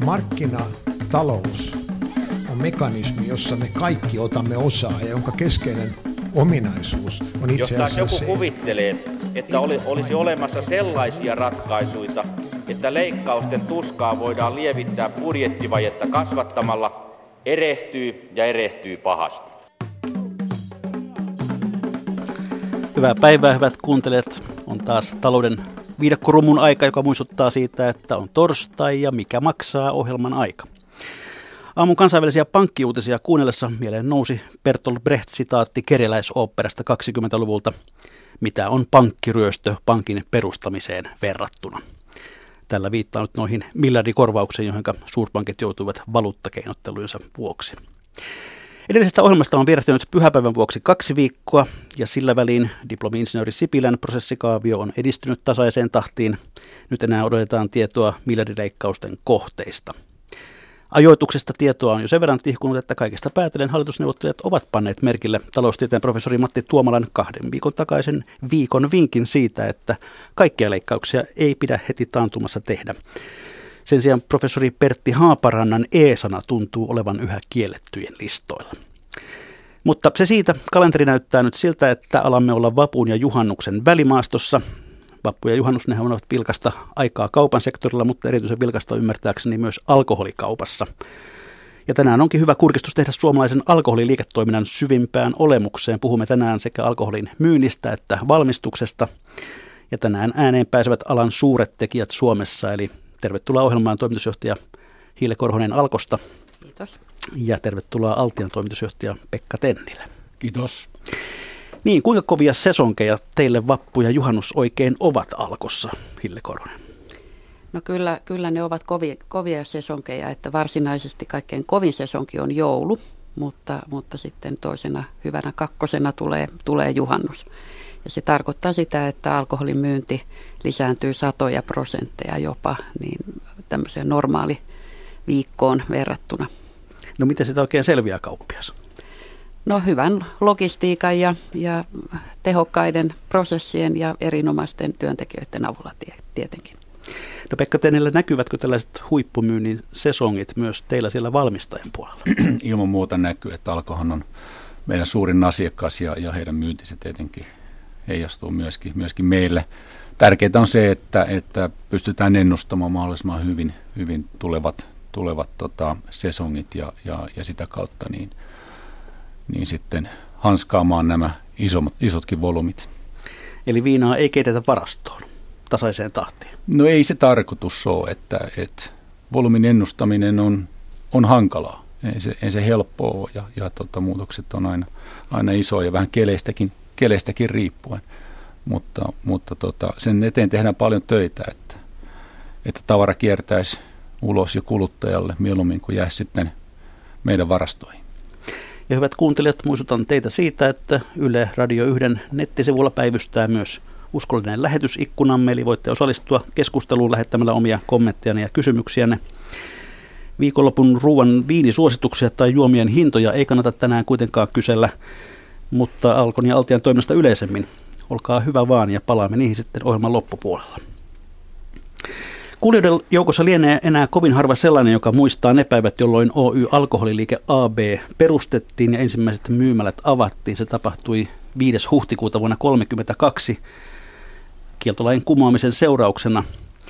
markkinatalous on mekanismi, jossa me kaikki otamme osaa ja jonka keskeinen ominaisuus on itse asiassa jos joku kuvittelee, että olisi olemassa sellaisia ratkaisuja, että leikkausten tuskaa voidaan lievittää budjettivajetta kasvattamalla, erehtyy pahasti. Hyvää päivää, hyvät kuuntelijat. On taas talouden viidakkorumun aika, joka muistuttaa siitä, että on torstai ja mikä maksaa ohjelman aika. Aamun kansainvälisiä pankkiuutisia kuunnellessa mieleen nousi Bertolt Brecht-sitaatti kerjäläisoopperasta 20-luvulta. Mitä on pankkiryöstö pankin perustamiseen verrattuna? Tällä viittaa nyt noihin miljardikorvauksiin, joihin suurpankit joutuivat valuuttakeinottelujensa vuoksi. Edellisestä ohjelmasta on vierähtynyt pyhäpäivän vuoksi 2 viikkoa ja sillä väliin diplomi-insinööri Sipilän prosessikaavio on edistynyt tasaiseen tahtiin. Nyt enää odotetaan tietoa miljardileikkausten kohteista. Ajoituksesta tietoa on jo sen verran tihkunut, että kaikesta päätellen hallitusneuvottelijat ovat panneet merkille taloustieteen professori Matti Tuomalan 2 viikon takaisen viikon vinkin siitä, että kaikkia leikkauksia ei pidä heti taantumassa tehdä. Sen sijaan professori Pertti Haaparannan E-sana tuntuu olevan yhä kiellettyjen listoilla. Mutta se siitä, kalenteri näyttää nyt siltä, että alamme olla vapun ja juhannuksen välimaastossa. Vappu ja juhannus, nehän ovat vilkasta aikaa kaupan sektorilla, mutta erityisen vilkasta ymmärtääkseni myös alkoholikaupassa. Ja tänään onkin hyvä kurkistus tehdä suomalaisen alkoholiliiketoiminnan syvimpään olemukseen. Puhumme tänään sekä alkoholin myynnistä että valmistuksesta. Ja tänään ääneen pääsevät alan suuret tekijät Suomessa, eli tervetuloa ohjelmaan toimitusjohtaja Hille Korhonen Alkosta. Kiitos. Ja tervetuloa Altian toimitusjohtaja Pekka Tennilä. Kiitos. Niin, kuinka kovia sesonkeja teille vappu ja juhannus oikein ovat Alkossa, Hille Korhonen? No kyllä ne ovat kovia sesonkeja, että varsinaisesti kaikkein kovin sesonki on joulu, mutta sitten toisena hyvänä kakkosena tulee juhannus. Ja se tarkoittaa sitä, että alkoholin myynti lisääntyy 100% jopa niin tämmöiseen normaali viikkoon verrattuna. No miten sitä oikein selviää kauppias? No hyvän logistiikan ja tehokkaiden prosessien ja erinomaisten työntekijöiden avulla tietenkin. No Pekka Tennilä, näkyvätkö tällaiset huippumyynnin sesongit myös teillä siellä valmistajan puolella? Ilman muuta näkyy, että Alkohan on meidän suurin asiakas ja heidän myyntinsä tietenkin heijastuu myöskin meille. Tärkeää on se, että pystytään ennustamaan mahdollisimman hyvin tulevat sesongit ja sitä kautta niin sitten hanskaamaan nämä isotkin volyymit. Eli viinaa ei keitetä varastoon tasaiseen tahtiin? No ei se tarkoitus ole, että volyymin ennustaminen on hankalaa. Ei se helppoa ja muutokset on aina isoja ja vähän keleistäkin riippuen. Mutta sen eteen tehdään paljon töitä, että tavara kiertäisi ulos jo kuluttajalle mieluummin kuin jäisi sitten meidän varastoihin. Ja hyvät kuuntelijat, muistutan teitä siitä, että Yle Radio 1 nettisivulla päivystää myös uskollinen lähetysikkunamme, eli voitte osallistua keskusteluun lähettämällä omia kommenttejanne ja kysymyksiänne. Viikonlopun ruuan viinisuosituksia tai juomien hintoja ei kannata tänään kuitenkaan kysellä, mutta Alkon ja Altian toiminnasta yleisemmin. Olkaa hyvä vaan ja palaamme niihin sitten ohjelman loppupuolella. Kuulijoiden joukossa lienee enää kovin harva sellainen, joka muistaa ne päivät, jolloin Oy Alkoholiliike AB perustettiin ja ensimmäiset myymälät avattiin. Se tapahtui 5. huhtikuuta vuonna 1932 kieltolain kumoamisen seurauksena.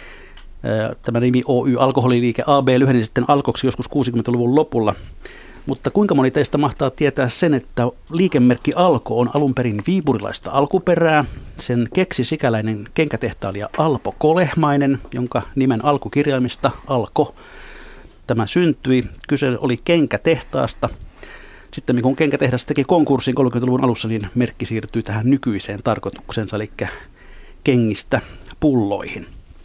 Tämä nimi Oy Alkoholiliike AB lyheni sitten Alkoksi joskus 60-luvun lopulla. Mutta kuinka moni teistä mahtaa tietää sen, että liikemerkki Alko on alun perin viipurilaista alkuperää. Sen keksi sikäläinen kenkätehtailija Alpo Kolehmainen, jonka nimen alkukirjaimista Alko tämä syntyi. Kyse oli kenkätehtaasta. Sitten kun kenkätehdas teki konkurssin 30-luvun alussa, niin merkki siirtyi tähän nykyiseen tarkoituksensa, eli kengistä pulloihin.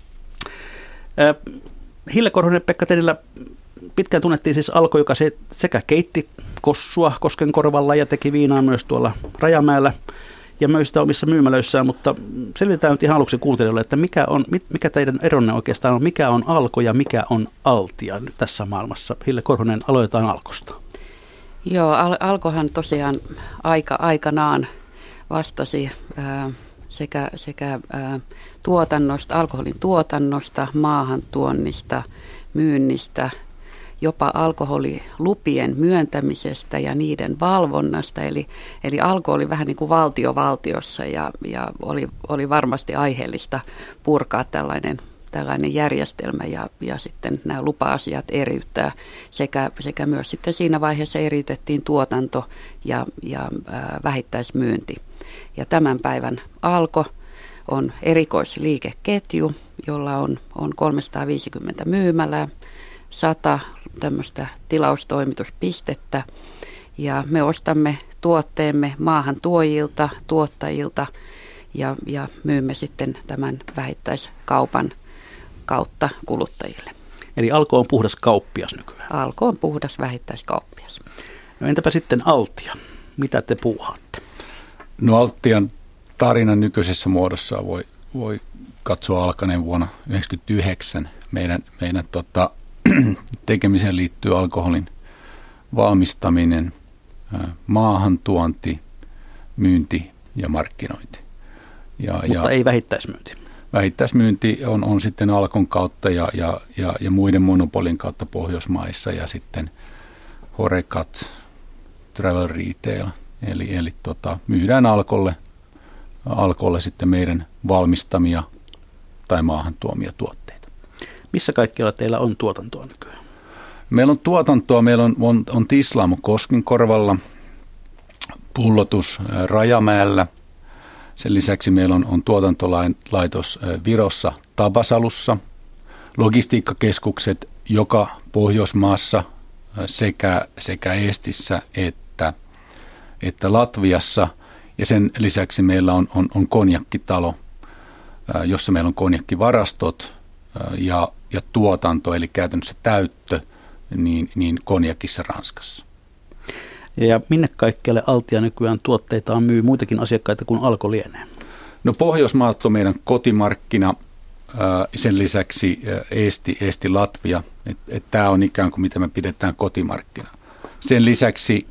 Hille Korhonen, Pekka Tennilä, pitkään tunnettiin siis Alko, joka sekä keitti kossua Koskenkorvalla ja teki viinaa myös tuolla Rajamäellä ja myös sitä omissa myymälöissään, mutta selvitetään nyt ihan aluksi kuuntelijoille, että mikä teidän eronne oikeastaan on, mikä on Alko ja mikä on Altia nyt tässä maailmassa. Hille Korhonen, aloitetaan Alkosta. Joo, Alkohan tosiaan aikanaan vastasi sekä tuotannosta, alkoholin tuotannosta, maahantuonnista, myynnistä, jopa alkoholilupien myöntämisestä ja niiden valvonnasta. Eli Alko oli vähän niin kuin valtio valtiossa ja oli varmasti aiheellista purkaa tällainen järjestelmä ja sitten nämä lupa-asiat eriyttää sekä myös sitten siinä vaiheessa eriytettiin tuotanto ja vähittäismyynti. Ja tämän päivän Alko on erikoisliikeketju, jolla on 350 myymälää, 100 tämmöistä tilaustoimituspistettä ja me ostamme tuotteemme maahan tuojilta, tuottajilta ja myymme sitten tämän vähittäiskaupan kautta kuluttajille. Eli Alko on puhdas kauppias nykyään. Alko on puhdas vähittäiskauppias. No entäpä sitten Altia? Mitä te puuhaatte? No Altian tarinan nykyisessä muodossa voi katsoa alkaneen vuonna 1999. Meidän tekemiseen liittyy alkoholin valmistaminen, maahantuonti, myynti ja markkinointi. Mutta ei vähittäismyynti. Vähittäismyynti on sitten Alkon kautta ja muiden monopolin kautta Pohjoismaissa ja sitten Horecat, Travel Retail. Eli myydään Alkolle sitten meidän valmistamia tai maahan tuomia tuotteita. Missä kaikkialla teillä on tuotantoa nykyään? Meillä on tuotantoa. Meillä on tislaamo Koskenkorvalla, pullotus Rajamäellä. Sen lisäksi meillä on tuotantolaitos Virossa Tabasalussa, logistiikkakeskukset joka Pohjoismaassa sekä Eestissä että Latviassa. Ja sen lisäksi meillä on konjakkitalo, jossa meillä on konjakkivarastot ja tuotanto, eli käytännössä täyttö, niin konjakissa Ranskassa. Ja minne kaikkialle Altia nykyään tuotteitaan myy muitakin asiakkaita kuin Alko lienee? No Pohjoismaat on meidän kotimarkkina, sen lisäksi Eesti Latvia. Tämä on ikään kuin mitä me pidetään kotimarkkina. Sen lisäksi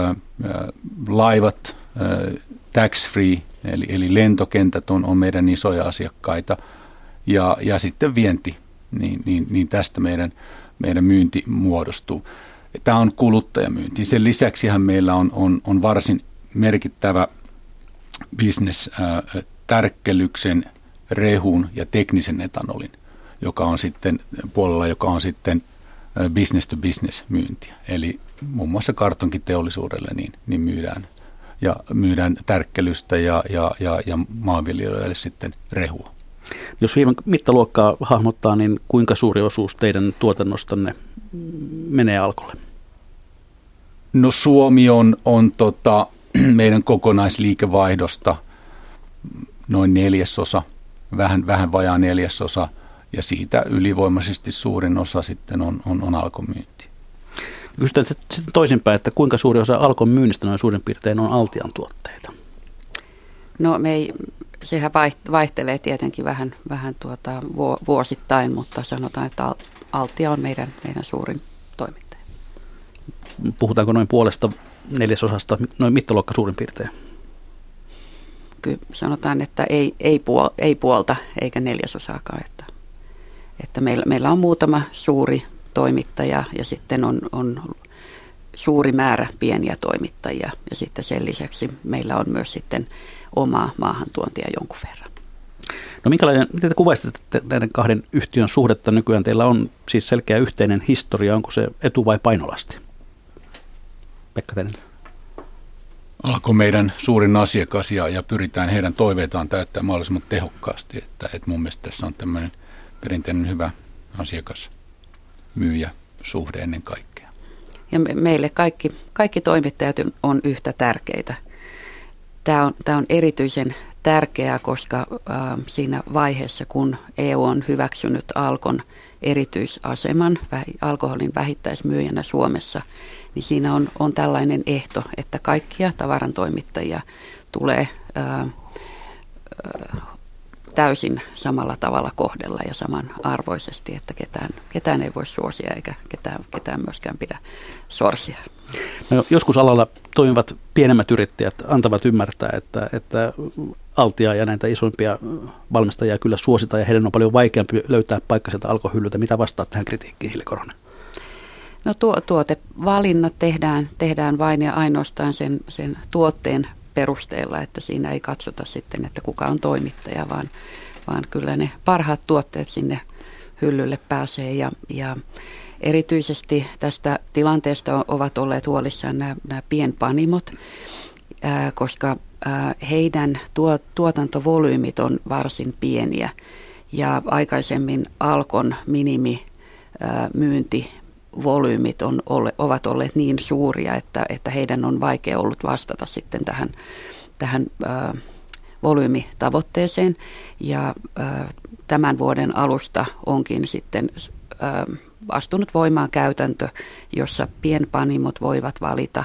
laivat, tax free, eli lentokentät on meidän isoja asiakkaita ja sitten vienti, niin tästä meidän myynti muodostuu. Tämä on kuluttajamyynti. Sen lisäksihän meillä on varsin merkittävä business tärkkelyksen, rehun ja teknisen etanolin, joka on sitten business to business myyntiä. Eli muun muassa kartonkiteollisuudelle niin myydään tärkkelystä ja maanviljelijöille sitten rehua. Jos hieman mittaluokkaa hahmottaa, niin kuinka suuri osuus teidän tuotannostanne menee Alkolle? No Suomi on meidän kokonaisliikevaihdosta noin 1/4, vähän vajaa 1/4, ja siitä ylivoimaisesti suurin osa sitten on Alkon myynti. Kysytään sitten toisinpäin, että kuinka suuri osa Alkon myynnistä noin suurin piirtein on Altian tuotteita? No sehän vaihtelee tietenkin vähän vuosittain, mutta sanotaan, että Altia on meidän suurin toimittaja. Puhutaanko noin 1/4, noin mittaluokka suurin piirtein? Kyllä sanotaan, että ei puolta eikä 1/4. Että meillä on muutama suuri toimittaja ja sitten on suuri määrä pieniä toimittajia ja sitten sen lisäksi meillä on myös sitten omaa maahantuontia jonkun verran. No miten te kuvaisitte näiden kahden yhtiön suhdetta nykyään? Teillä on siis selkeä yhteinen historia. Onko se etu- vai painolasti? Pekka Tennilä. Alko meidän suurin asiakas ja pyritään heidän toiveitaan täyttää mahdollisimman tehokkaasti. Että mun mielestä tässä on tämmöinen perinteinen hyvä asiakas-myyjä-suhde ennen kaikkea. Ja meille kaikki toimittajat on yhtä tärkeitä. Tämä on erityisen tärkeää, koska siinä vaiheessa, kun EU on hyväksynyt Alkon erityisaseman alkoholin vähittäismyyjänä Suomessa, niin siinä on tällainen ehto, että kaikkia tavarantoimittajia tulee täysin samalla tavalla kohdella ja samanarvoisesti, että ketään ei voi suosia eikä ketään myöskään pidä sorsia. No, joskus alalla toimivat pienemmät yrittäjät antavat ymmärtää, että Altia ja näitä isompia valmistajia kyllä suositaan ja heidän on paljon vaikeampi löytää paikka sieltä alkoholyiltä. Mitä vastaat tähän kritiikkiin, Hille Korhonen? No tuotevalinnat tehdään vain ja ainoastaan sen tuotteen perusteella, että siinä ei katsota sitten, että kuka on toimittaja, vaan kyllä ne parhaat tuotteet sinne hyllylle pääsee ja erityisesti tästä tilanteesta ovat olleet huolissaan nämä pienpanimot, koska heidän tuotantovolyymit on varsin pieniä ja aikaisemmin Alkon minimyyntivolyymit ovat olleet niin suuria, että heidän on vaikea ollut vastata sitten tähän volyymitavoitteeseen ja tämän vuoden alusta onkin sitten astunut voimaan käytäntö, jossa pienpanimot voivat valita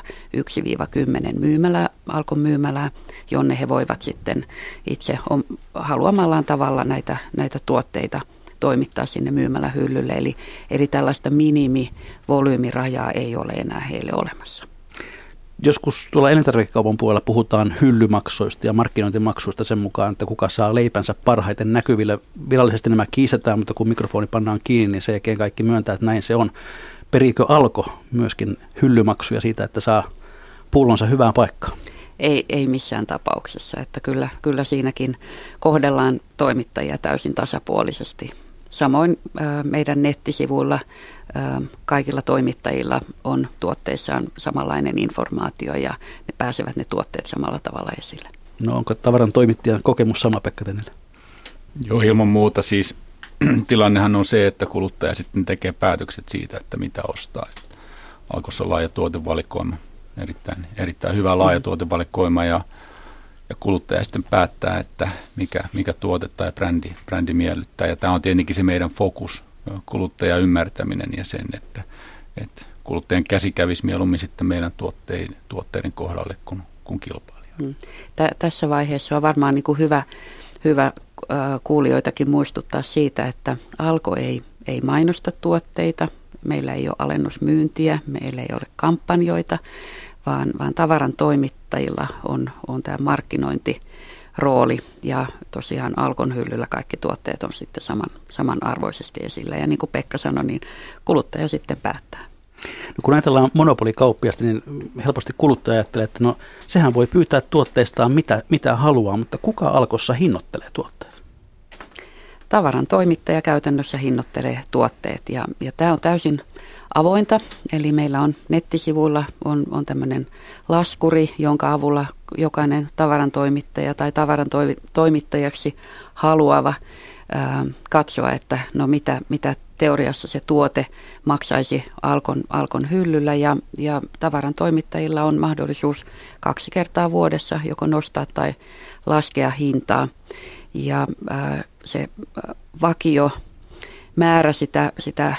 1-10 Alkon myymälää, jonne he voivat sitten itse haluamallaan tavalla näitä tuotteita toimittaa sinne myymälähyllylle. Eli tällaista minimivolyymirajaa ei ole enää heille olemassa. Joskus tuolla elintarvikekaupan puolella puhutaan hyllymaksoista ja markkinointimaksuista sen mukaan, että kuka saa leipänsä parhaiten näkyville. Virallisesti nämä kiistetään, mutta kun mikrofoni pannaan kiinni, niin sen jälkeen kaikki myöntää, että näin se on. Periikö Alko myöskin hyllymaksuja siitä, että saa pullonsa hyvään paikkaan? Ei missään tapauksessa, että kyllä siinäkin kohdellaan toimittajia täysin tasapuolisesti. Samoin meidän nettisivuilla kaikilla toimittajilla on tuotteissaan samanlainen informaatio ja ne pääsevät ne tuotteet samalla tavalla esille. No onko tavaran toimittajan kokemus sama, Pekka Tennilä? Joo, ilman muuta siis tilannehan on se, että kuluttaja sitten tekee päätökset siitä, että mitä ostaa. Alkossa on laaja tuotevalikoima, erittäin hyvä laaja tuotevalikoima ja kuluttaja sitten päättää, että mikä tuote tai brändi miellyttää. Ja tämä on tietenkin se meidän fokus, kuluttajan ymmärtäminen ja sen, että kuluttajan käsi kävisi mieluummin sitten meidän tuotteiden kohdalle kuin kilpailija. Tässä vaiheessa on varmaan niin kuin hyvä kuulijoitakin muistuttaa siitä, että Alko ei mainosta tuotteita, meillä ei ole alennusmyyntiä, meillä ei ole kampanjoita, vaan tavaran toimittajilla on tämä markkinointirooli ja tosiaan Alkon hyllyllä kaikki tuotteet on sitten samanarvoisesti esillä ja niin kuin Pekka sanoi, niin kuluttaja sitten päättää. No kun ajatellaan monopolikauppiasta, niin helposti kuluttaja ajattelee, että no sehän voi pyytää tuotteistaan mitä haluaa, mutta kuka Alkossa hinnoittelee tuotteet? Tavaran toimittaja käytännössä hinnoittelee tuotteet ja tämä on täysin avointa, eli meillä on nettisivuilla on tämmöinen laskuri, jonka avulla jokainen tavaran toimittaja tai tavaran toimittajaksi haluava katsoa, että no mitä teoriassa se tuote maksaisi Alkon hyllyllä ja tavaran toimittajilla on mahdollisuus 2 kertaa vuodessa joko nostaa tai laskea hintaa ja se vakio määrä sitä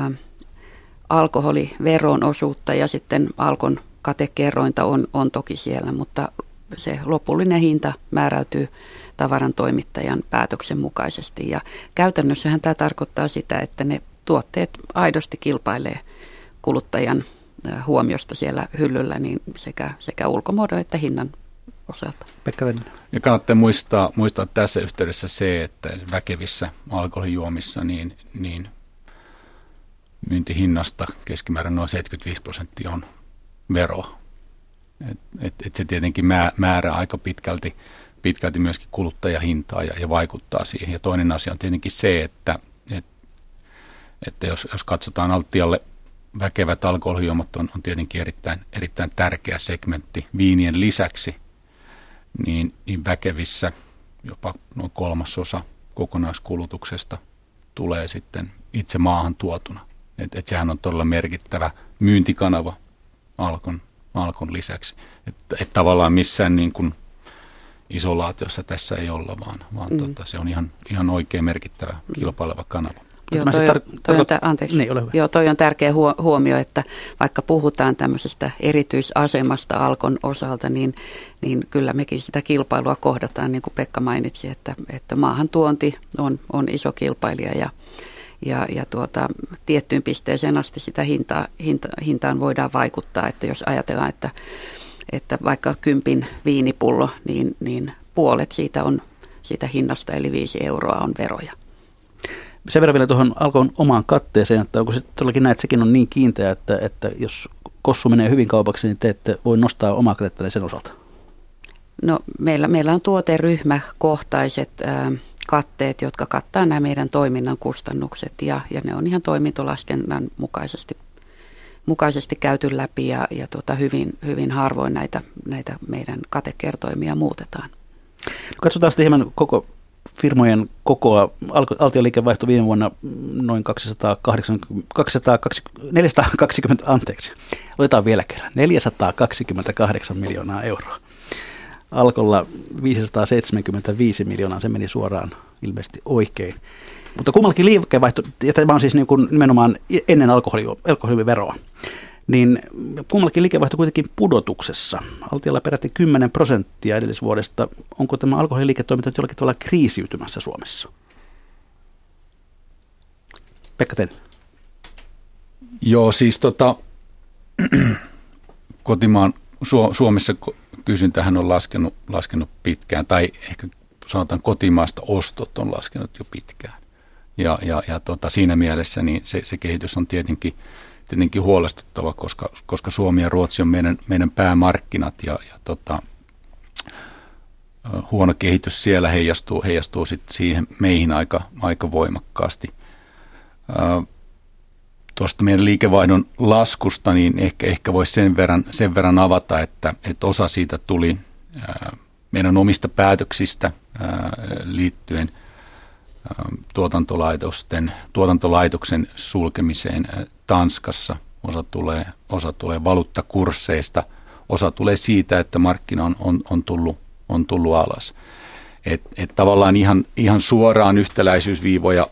alkoholiveron osuutta ja sitten Alkon katekerrointa on toki siellä, mutta se lopullinen hinta määräytyy tavaran toimittajan päätöksen mukaisesti. Ja käytännössähän tämä tarkoittaa sitä, että ne tuotteet aidosti kilpailee kuluttajan huomiosta siellä hyllyllä niin sekä ulkomuodon että hinnan osalta. Pekka Tennilä. Ja kannattaa muistaa tässä yhteydessä se, että väkevissä alkoholijuomissa niin myyntihinnasta keskimäärin noin 75% on veroa. Et se tietenkin määrää aika pitkälti myöskin kuluttajahintaa ja vaikuttaa siihen. Ja toinen asia on tietenkin se, että jos katsotaan alttialle väkevät alkoholijuomat on tietenkin erittäin tärkeä segmentti viinien lisäksi, niin väkevissä jopa noin 1/3 kokonaiskulutuksesta tulee sitten itse maahan tuotuna. Et sehän on todella merkittävä myyntikanava Alkon lisäksi. Että tavallaan missään niin kuin isolaatiossa tässä ei olla, vaan se on ihan oikein merkittävä kilpaileva kanava. Toi on tärkeä huomio, että vaikka puhutaan tämmöisestä erityisasemasta Alkon osalta, niin kyllä mekin sitä kilpailua kohdataan, niin kuin Pekka mainitsi, että maahantuonti on iso kilpailija ja tiettyyn pisteeseen asti sitä hintaan voidaan vaikuttaa, että jos ajatellaan, että vaikka 10 viinipullo, niin puolet siitä hinnasta eli 5 euroa on veroja. sen verran vielä tuohon Alkon omaan katteeseen, että onko se todellakin näin, että sekin on niin kiinteä, että jos kossu menee hyvin kaupaksi, niin te ette voi nostaa omaa katettanne sen osalta? No meillä on tuoteryhmäkohtaiset katteet, jotka kattaa nämä meidän toiminnan kustannukset ja ne on ihan toimintolaskennan mukaisesti käyty läpi ja hyvin harvoin näitä meidän katekertoimia muutetaan. Katsotaan sitten hieman koko firmojen kokoa. Altion liikevaihto viime vuonna noin 420, anteeksi, otetaan vielä kerran, 428 miljoonaa euroa. Alkolla 575 miljoonaa, se meni suoraan ilmeisesti oikein. Mutta kummallakin liikevaihto, ja tämä on siis niin kuin nimenomaan ennen alkoholiveroa, niin kummallakin liikevaihto kuitenkin pudotuksessa. Altiolla peräti 10% edellisvuodesta. Onko tämä alkoholiliiketoiminta jollakin tavalla kriisiytymässä Suomessa? Pekka Tennilä. Joo, siis kotimaan Suomessa kysyntähän on laskenut pitkään, tai ehkä sanotaan kotimaasta ostot on laskenut jo pitkään. Ja siinä mielessä niin se kehitys on tietenkin huolestuttava, koska Suomi ja Ruotsi on meidän päämarkkinat ja huono kehitys siellä heijastuu sitten siihen meihin aika voimakkaasti. Tuosta meidän liikevaihdon laskusta niin ehkä voisi sen verran avata, että osa siitä tuli meidän omista päätöksistä liittyen tuotantolaitoksen sulkemiseen Tanskassa. Osa tulee valuuttakursseista, osa tulee siitä, että markkina on tullut alas. Et tavallaan ihan suoraan yhtäläisyysviivoja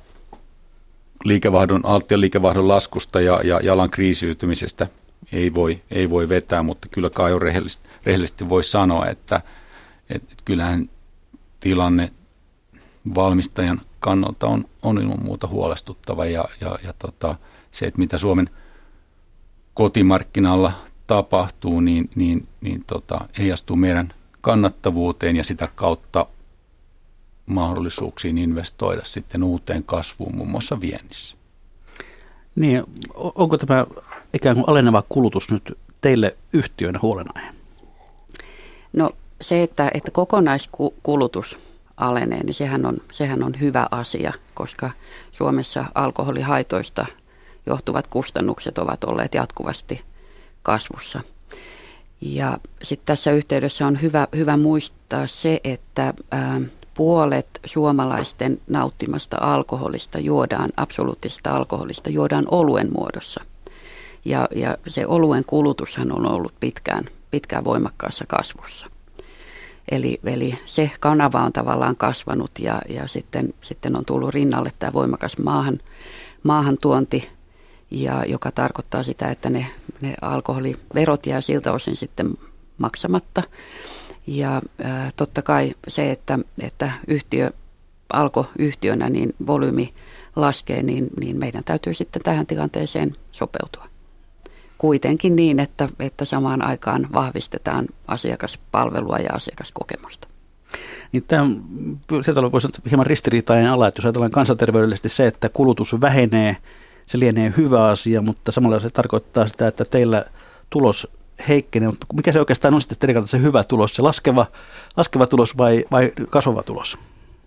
Altion liikevaihdon laskusta ja jalan kriisiytymisestä ei voi vetää, mutta kyllä kai on rehellisesti voi sanoa, että kyllähän tilanne valmistajan kannalta on ilman muuta huolestuttava ja se, että mitä Suomen kotimarkkinalla tapahtuu, niin heijastuu meidän kannattavuuteen ja sitä kautta mahdollisuuksiin investoida sitten uuteen kasvuun, muun muassa viennissä. Niin, onko tämä ikään kuin aleneva kulutus nyt teille yhtiönä huolenaihe? No se, että kokonaiskulutus alenee, niin sehän on hyvä asia, koska Suomessa alkoholihaitoista johtuvat kustannukset ovat olleet jatkuvasti kasvussa. Ja sitten tässä yhteydessä on hyvä muistaa se, että puolet suomalaisten nauttimasta absoluuttisesta alkoholista juodaan oluen muodossa. Ja se oluen kulutushan on ollut pitkään voimakkaassa kasvussa. Eli se kanava on tavallaan kasvanut ja sitten on tullut rinnalle tämä voimakas maahantuonti, joka tarkoittaa sitä, että ne alkoholiverot jää siltä osin sitten maksamatta. Ja totta kai se, että Alko-yhtiönä niin volyymi laskee, niin meidän täytyy sitten tähän tilanteeseen sopeutua. Kuitenkin niin, että samaan aikaan vahvistetaan asiakaspalvelua ja asiakaskokemusta. Niin tämä sieltä voisi olla hieman ristiriitainen ala, että jos ajatellaan kansanterveydellisesti se, että kulutus vähenee, se lienee hyvä asia, mutta samalla se tarkoittaa sitä, että teillä tulos heikkenee. Mikä se oikeastaan on sitten teidän kannalta se hyvä tulos, se laskeva tulos vai kasvava tulos?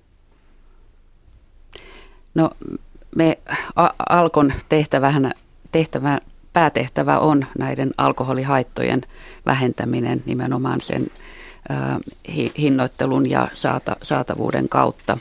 No me Alkon päätehtävä on näiden alkoholihaittojen vähentäminen nimenomaan sen hinnoittelun ja saatavuuden kautta.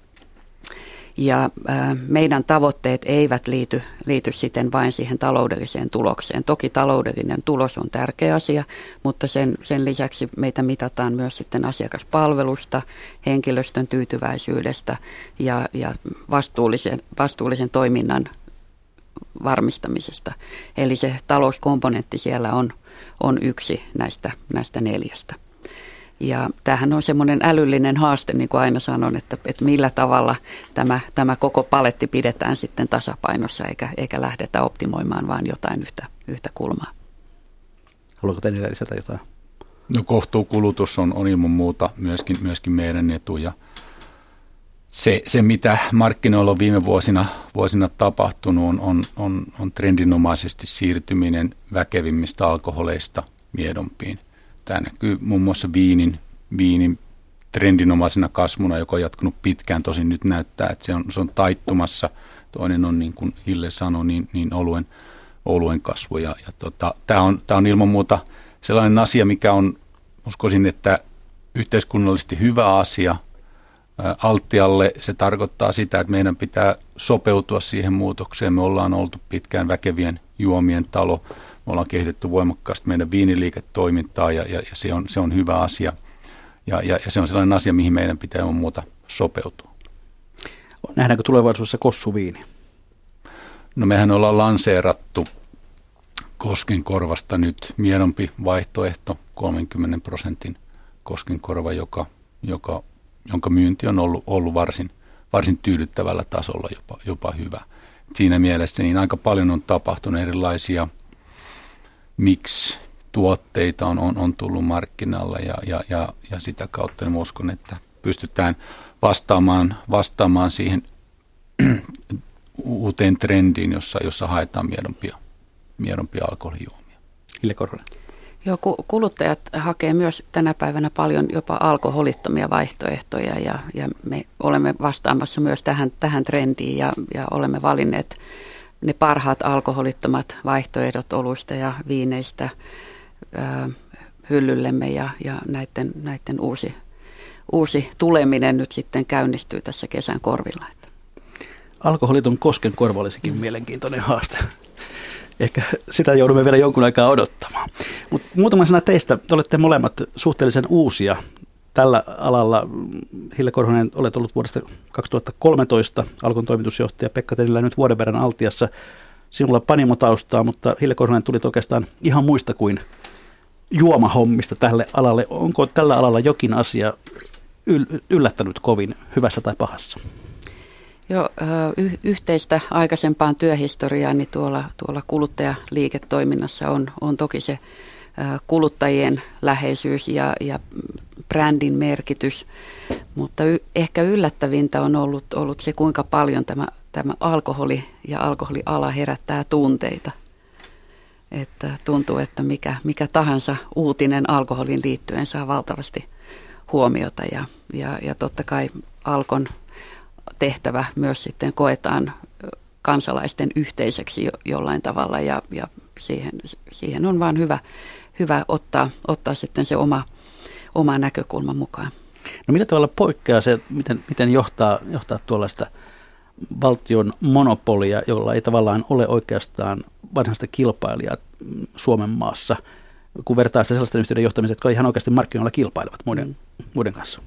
Ja meidän tavoitteet eivät liity siten vain siihen taloudelliseen tulokseen. Toki taloudellinen tulos on tärkeä asia, mutta sen lisäksi meitä mitataan myös sitten asiakaspalvelusta, henkilöstön tyytyväisyydestä ja vastuullisen toiminnan varmistamisesta. Eli se talouskomponentti siellä on yksi näistä 4. Ja tämähän on semmoinen älyllinen haaste, niin kuin aina sanon, että millä tavalla tämä koko paletti pidetään sitten tasapainossa, eikä lähdetä optimoimaan vaan jotain yhtä kulmaa. Haluatko Tennilä lisätä jotain? No kohtuukulutus on ilman muuta myöskin meidän etu ja se, mitä markkinoilla on viime vuosina tapahtunut, on trendinomaisesti siirtyminen väkevimmistä alkoholeista miedompiin. Tämä näkyy muun muassa viinin trendinomaisena kasvuna, joka on jatkunut pitkään. Tosin nyt näyttää, että se on taittumassa. Toinen on, niin kuin Hille sanoi, niin oluen kasvu. Tämä on ilman muuta sellainen asia, mikä on, uskoisin, että yhteiskunnallisesti hyvä asia. Altialle se tarkoittaa sitä, että meidän pitää sopeutua siihen muutokseen. Me ollaan oltu pitkään väkevien juomien talo. Me ollaan kehitetty voimakkaasti meidän viiniliiketoimintaa ja se on hyvä asia. Ja se on sellainen asia, mihin meidän pitää ilman muuta sopeutua. Nähdäänkö tulevaisuudessa kossuviini? No mehän ollaan lanseerattu Koskenkorvasta nyt miedompi vaihtoehto, 30% Koskenkorva, jonka myynti on ollut varsin tyydyttävällä tasolla, jopa hyvä. Siinä mielessä niin aika paljon on tapahtunut erilaisia mix-tuotteita on tullut markkinalle ja sitä kautta niin uskon, että pystytään vastaamaan siihen uuteen trendiin, jossa haetaan miedompia alkoholijuomia. Hille Korhonen. Joo, kuluttajat hakee myös tänä päivänä paljon jopa alkoholittomia vaihtoehtoja ja me olemme vastaamassa myös tähän trendiin ja olemme valinneet ne parhaat alkoholittomat vaihtoehdot oluista ja viineistä hyllyllemme ja näiden uusi tuleminen nyt sitten käynnistyy tässä kesän korvilla. Alkoholiton Koskenkorva olisikin mielenkiintoinen haaste. Ehkä sitä joudumme vielä jonkun aikaa odottamaan. Mutta muutama sana teistä. Te olette molemmat suhteellisen uusia tällä alalla. Hille Korhonen, olet ollut vuodesta 2013 Alkon toimitusjohtaja. Pekka Tennilä nyt vuoden verran Altiassa. Sinulla panimotaustaa, mutta Hille Korhonen tulit oikeastaan ihan muista kuin juomahommista tälle alalle. Onko tällä alalla jokin asia yllättänyt kovin hyvässä tai pahassa? Joo, yhteistä aikaisempaan työhistoriaan niin tuolla kuluttajaliiketoiminnassa on toki se kuluttajien läheisyys ja brändin merkitys, mutta ehkä yllättävintä on ollut se, kuinka paljon tämä alkoholi ja alkoholiala herättää tunteita. Että tuntuu, että mikä tahansa uutinen alkoholin liittyen saa valtavasti huomiota ja totta kai Alkon tehtävä myös sitten koetaan kansalaisten yhteiseksi jollain tavalla ja siihen on vaan hyvä ottaa sitten se oma näkökulma mukaan. No millä tavalla poikkeaa se, miten johtaa tuollaista valtion monopolia, jolla ei tavallaan ole oikeastaan varsinaista kilpailijaa Suomen maassa, kun vertaa sitä sellaisten yhtiöiden johtamiseen, jotka ihan oikeasti markkinoilla kilpailevat muiden kanssa?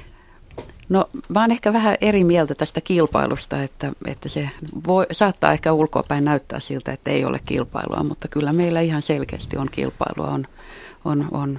No mä oon ehkä vähän eri mieltä tästä kilpailusta, että se saattaa ehkä ulkoapäin näyttää siltä, että ei ole kilpailua, mutta kyllä meillä ihan selkeästi on kilpailua, on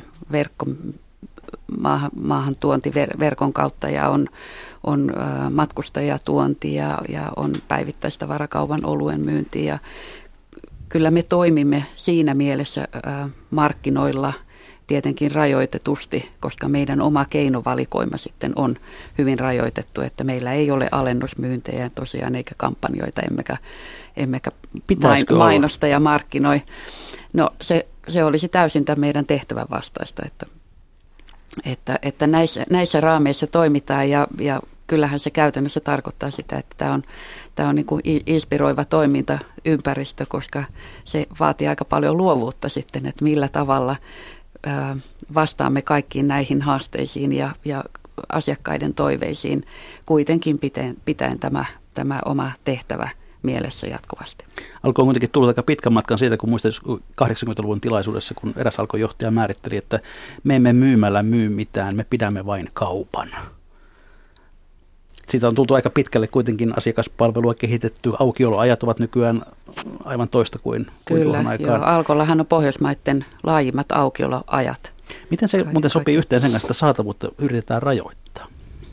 maahan tuonti verkon kautta ja on matkustajatuonti ja on päivittäistä varakaupan oluen myynti ja kyllä me toimimme siinä mielessä markkinoilla tietenkin rajoitetusti, koska meidän oma keinovalikoima sitten on hyvin rajoitettu, että meillä ei ole alennusmyyntejä tosiaan eikä kampanjoita, emmekä mainosta ja markkinoi. No se olisi täysin tämän meidän tehtävän vastaista, että näissä raameissa toimitaan ja kyllähän se käytännössä tarkoittaa sitä, että tämä on niin kuin inspiroiva toimintaympäristö, koska se vaatii aika paljon luovuutta sitten, että millä tavalla vastaamme kaikkiin näihin haasteisiin ja asiakkaiden toiveisiin kuitenkin pitäen tämä oma tehtävä mielessä jatkuvasti. Alko on kuitenkin tullut aika pitkän matkan siitä, kun muistan 80-luvun tilaisuudessa, kun eräs Alkon johtaja määritteli, että me emme myymällä myy mitään, me pidämme vain kaupan. Siitä on tultu aika pitkälle kuitenkin asiakaspalvelua kehitetty. Aukioloajat ovat nykyään aivan toista kuin tuohon aikaan. Kyllä, Alkollahan on Pohjoismaiden laajimmat aukioloajat. Miten se muuten sopii yhteen sen kanssa, että saatavuutta yritetään rajoittaa?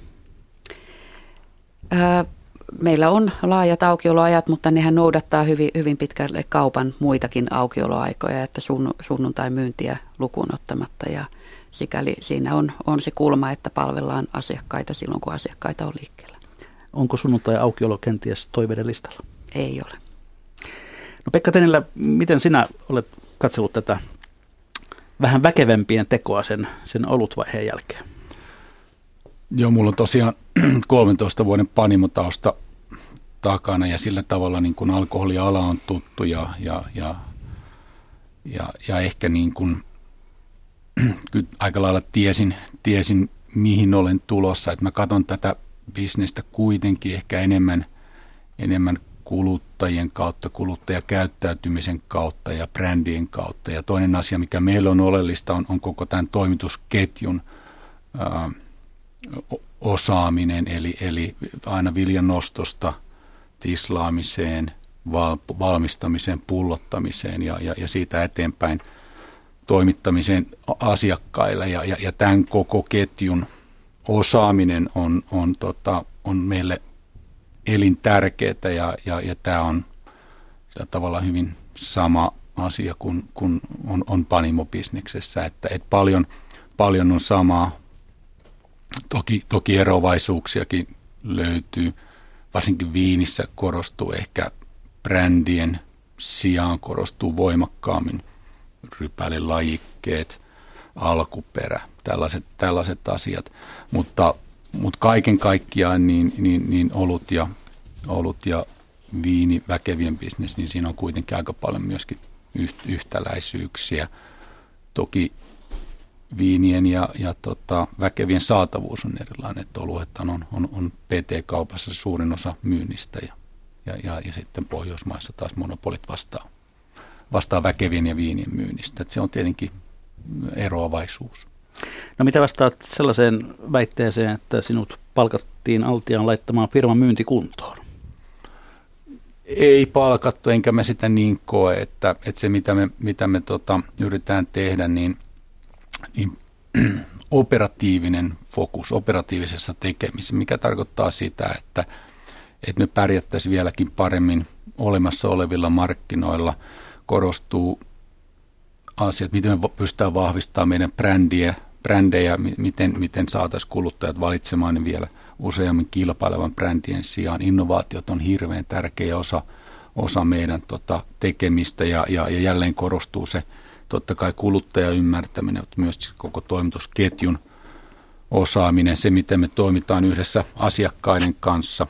Meillä on laajat aukioloajat, mutta nehän noudattaa hyvin pitkälle kaupan muitakin aukioloaikoja, että sunnuntai myyntiä lukuun ottamatta ja sikäli siinä on se kulma, että palvellaan asiakkaita silloin, kun asiakkaita on liikkeellä. Onko sunnuntai-aukiolo kenties toiveiden listalla? Ei ole. No Pekka Tennilä, miten sinä olet katsellut tätä vähän väkevämpien tekoa sen olutvaiheen jälkeen? Joo, mulla on tosiaan 13 vuoden panimotausta takana ja sillä tavalla niin kuin alkoholiala on tuttu ja ehkä niin kuin, kyllä aika lailla tiesin mihin olen tulossa, että mä katson tätä bisnestä kuitenkin ehkä enemmän kuluttajien kautta, kuluttajakäyttäytymisen kautta ja brändien kautta. Ja toinen asia, mikä meillä on oleellista, on koko tämän toimitusketjun osaaminen, eli aina viljan nostosta tislaamiseen, valmistamiseen, pullottamiseen ja siitä eteenpäin toimittamiseen asiakkaille. Ja tämän koko ketjun osaaminen on meille elintärkeää ja tämä on tavallaan hyvin sama asia kuin on panimobisneksessä, että paljon on samaa. Toki eroavaisuuksiakin löytyy, varsinkin viinissä korostuu ehkä brändien sijaan korostuu voimakkaammin rypälelajikkeet, alkuperä, tällaiset asiat, mutta kaiken kaikkiaan niin olut ja viini, väkevien bisnes, niin siinä on kuitenkin aika paljon myöskin yhtäläisyyksiä. Toki viinien ja väkevien saatavuus on erilainen, että oluethan on PT-kaupassa suurin osa myynnistä ja sitten Pohjoismaissa taas monopolit vastaa väkevien ja viinien myynnistä. Että se on tietenkin eroavaisuus. No mitä vastaat sellaiseen väitteeseen, että sinut palkattiin Altiaan laittamaan firman myyntikuntoon? Ei palkattu, enkä mä sitä niin koe, että se mitä me yritetään tehdä, niin operatiivinen fokus operatiivisessa tekemisessä, mikä tarkoittaa sitä, että me pärjättäisiin vieläkin paremmin olemassa olevilla markkinoilla, korostuu asiat, miten me pystytään vahvistamaan meidän brändejä, miten saataisiin kuluttajat valitsemaan ne vielä useammin kilpailevan brändien sijaan. Innovaatiot on hirveän tärkeä osa meidän tekemistä ja jälleen korostuu se totta kai kuluttajan ymmärtäminen, mutta myös koko toimitusketjun osaaminen, se miten me toimitaan yhdessä asiakkaiden kanssa,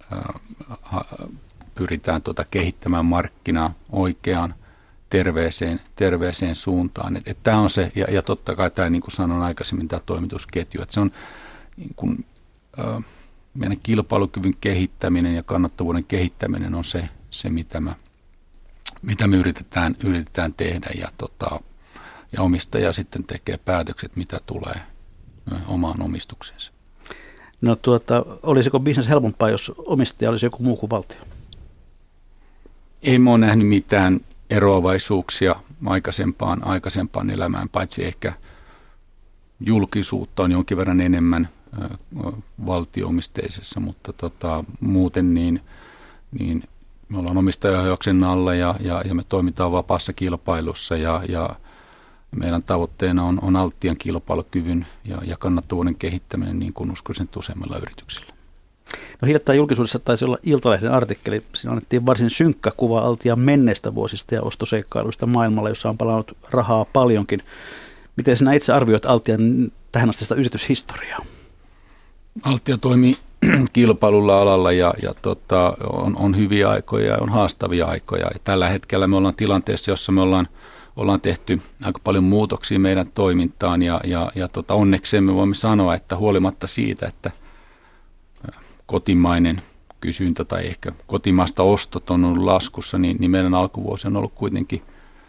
pyritään kehittämään markkinaa oikeaan terveeseen suuntaan. Tämä on se, ja totta kai tämä, niin kuin sanoin aikaisemmin, tämä toimitusketju, että se on niin kuin, meidän kilpailukyvyn kehittäminen ja kannattavuuden kehittäminen on se mitä me yritetään tehdä, ja omistaja sitten tekee päätökset, mitä tulee omaan omistukseensa. No olisiko bisnes helpompaa, jos omistaja olisi joku muu kuin valtio? En ole nähnyt mitään eroavaisuuksia aikaisempaan elämään, paitsi ehkä julkisuutta on jonkin verran enemmän valtio-omisteisessa, mutta muuten niin me ollaan omistajaohjauksen alla ja me toimitaan vapaassa kilpailussa ja meidän tavoitteena on Altian kilpailukyvyn ja kannattavuuden kehittäminen niin kuin uskoisin useimmilla yrityksillä. No hiljattain julkisuudessa taisi olla Iltalehden artikkeli. Siinä annettiin varsin synkkä kuva Altian menneistä vuosista ja ostoseikkailuista maailmalla, jossa on palannut rahaa paljonkin. Miten sinä itse arvioit Altian tähänastista yrityshistoriaa? Altia toimii kilpailulla alalla ja on hyviä aikoja ja on haastavia aikoja. Ja tällä hetkellä me ollaan tilanteessa, jossa me ollaan tehty aika paljon muutoksia meidän toimintaan ja onnekseen me voimme sanoa, että huolimatta siitä, että kotimainen kysyntä tai ehkä kotimaasta ostot on ollut laskussa, niin meidän alkuvuosi on ollut kuitenkin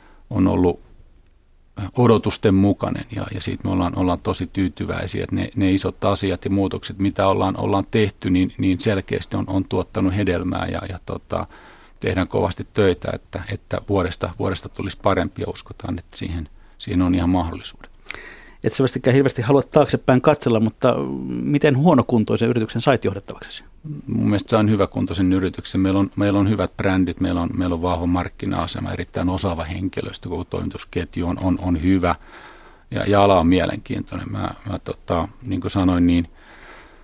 odotusten mukainen ja siitä me ollaan tosi tyytyväisiä, että ne isot asiat ja muutokset, mitä ollaan tehty, niin selkeästi on tuottanut hedelmää ja tehdään kovasti töitä, että vuodesta tulisi parempi ja uskotaan, että siihen on ihan mahdollisuudet. Et selvästikään hirveästi halua taaksepäin katsella, mutta miten huonokuntoisen yrityksen sait johdettavaksesi? Mun mielestä se on hyväkuntoisen yrityksen. Meillä on hyvät brändit, meillä on vahva markkina-asema, erittäin osaava henkilöstö, koko toimitusketju on hyvä ja ala on mielenkiintoinen. Mä niin kuin sanoin, niin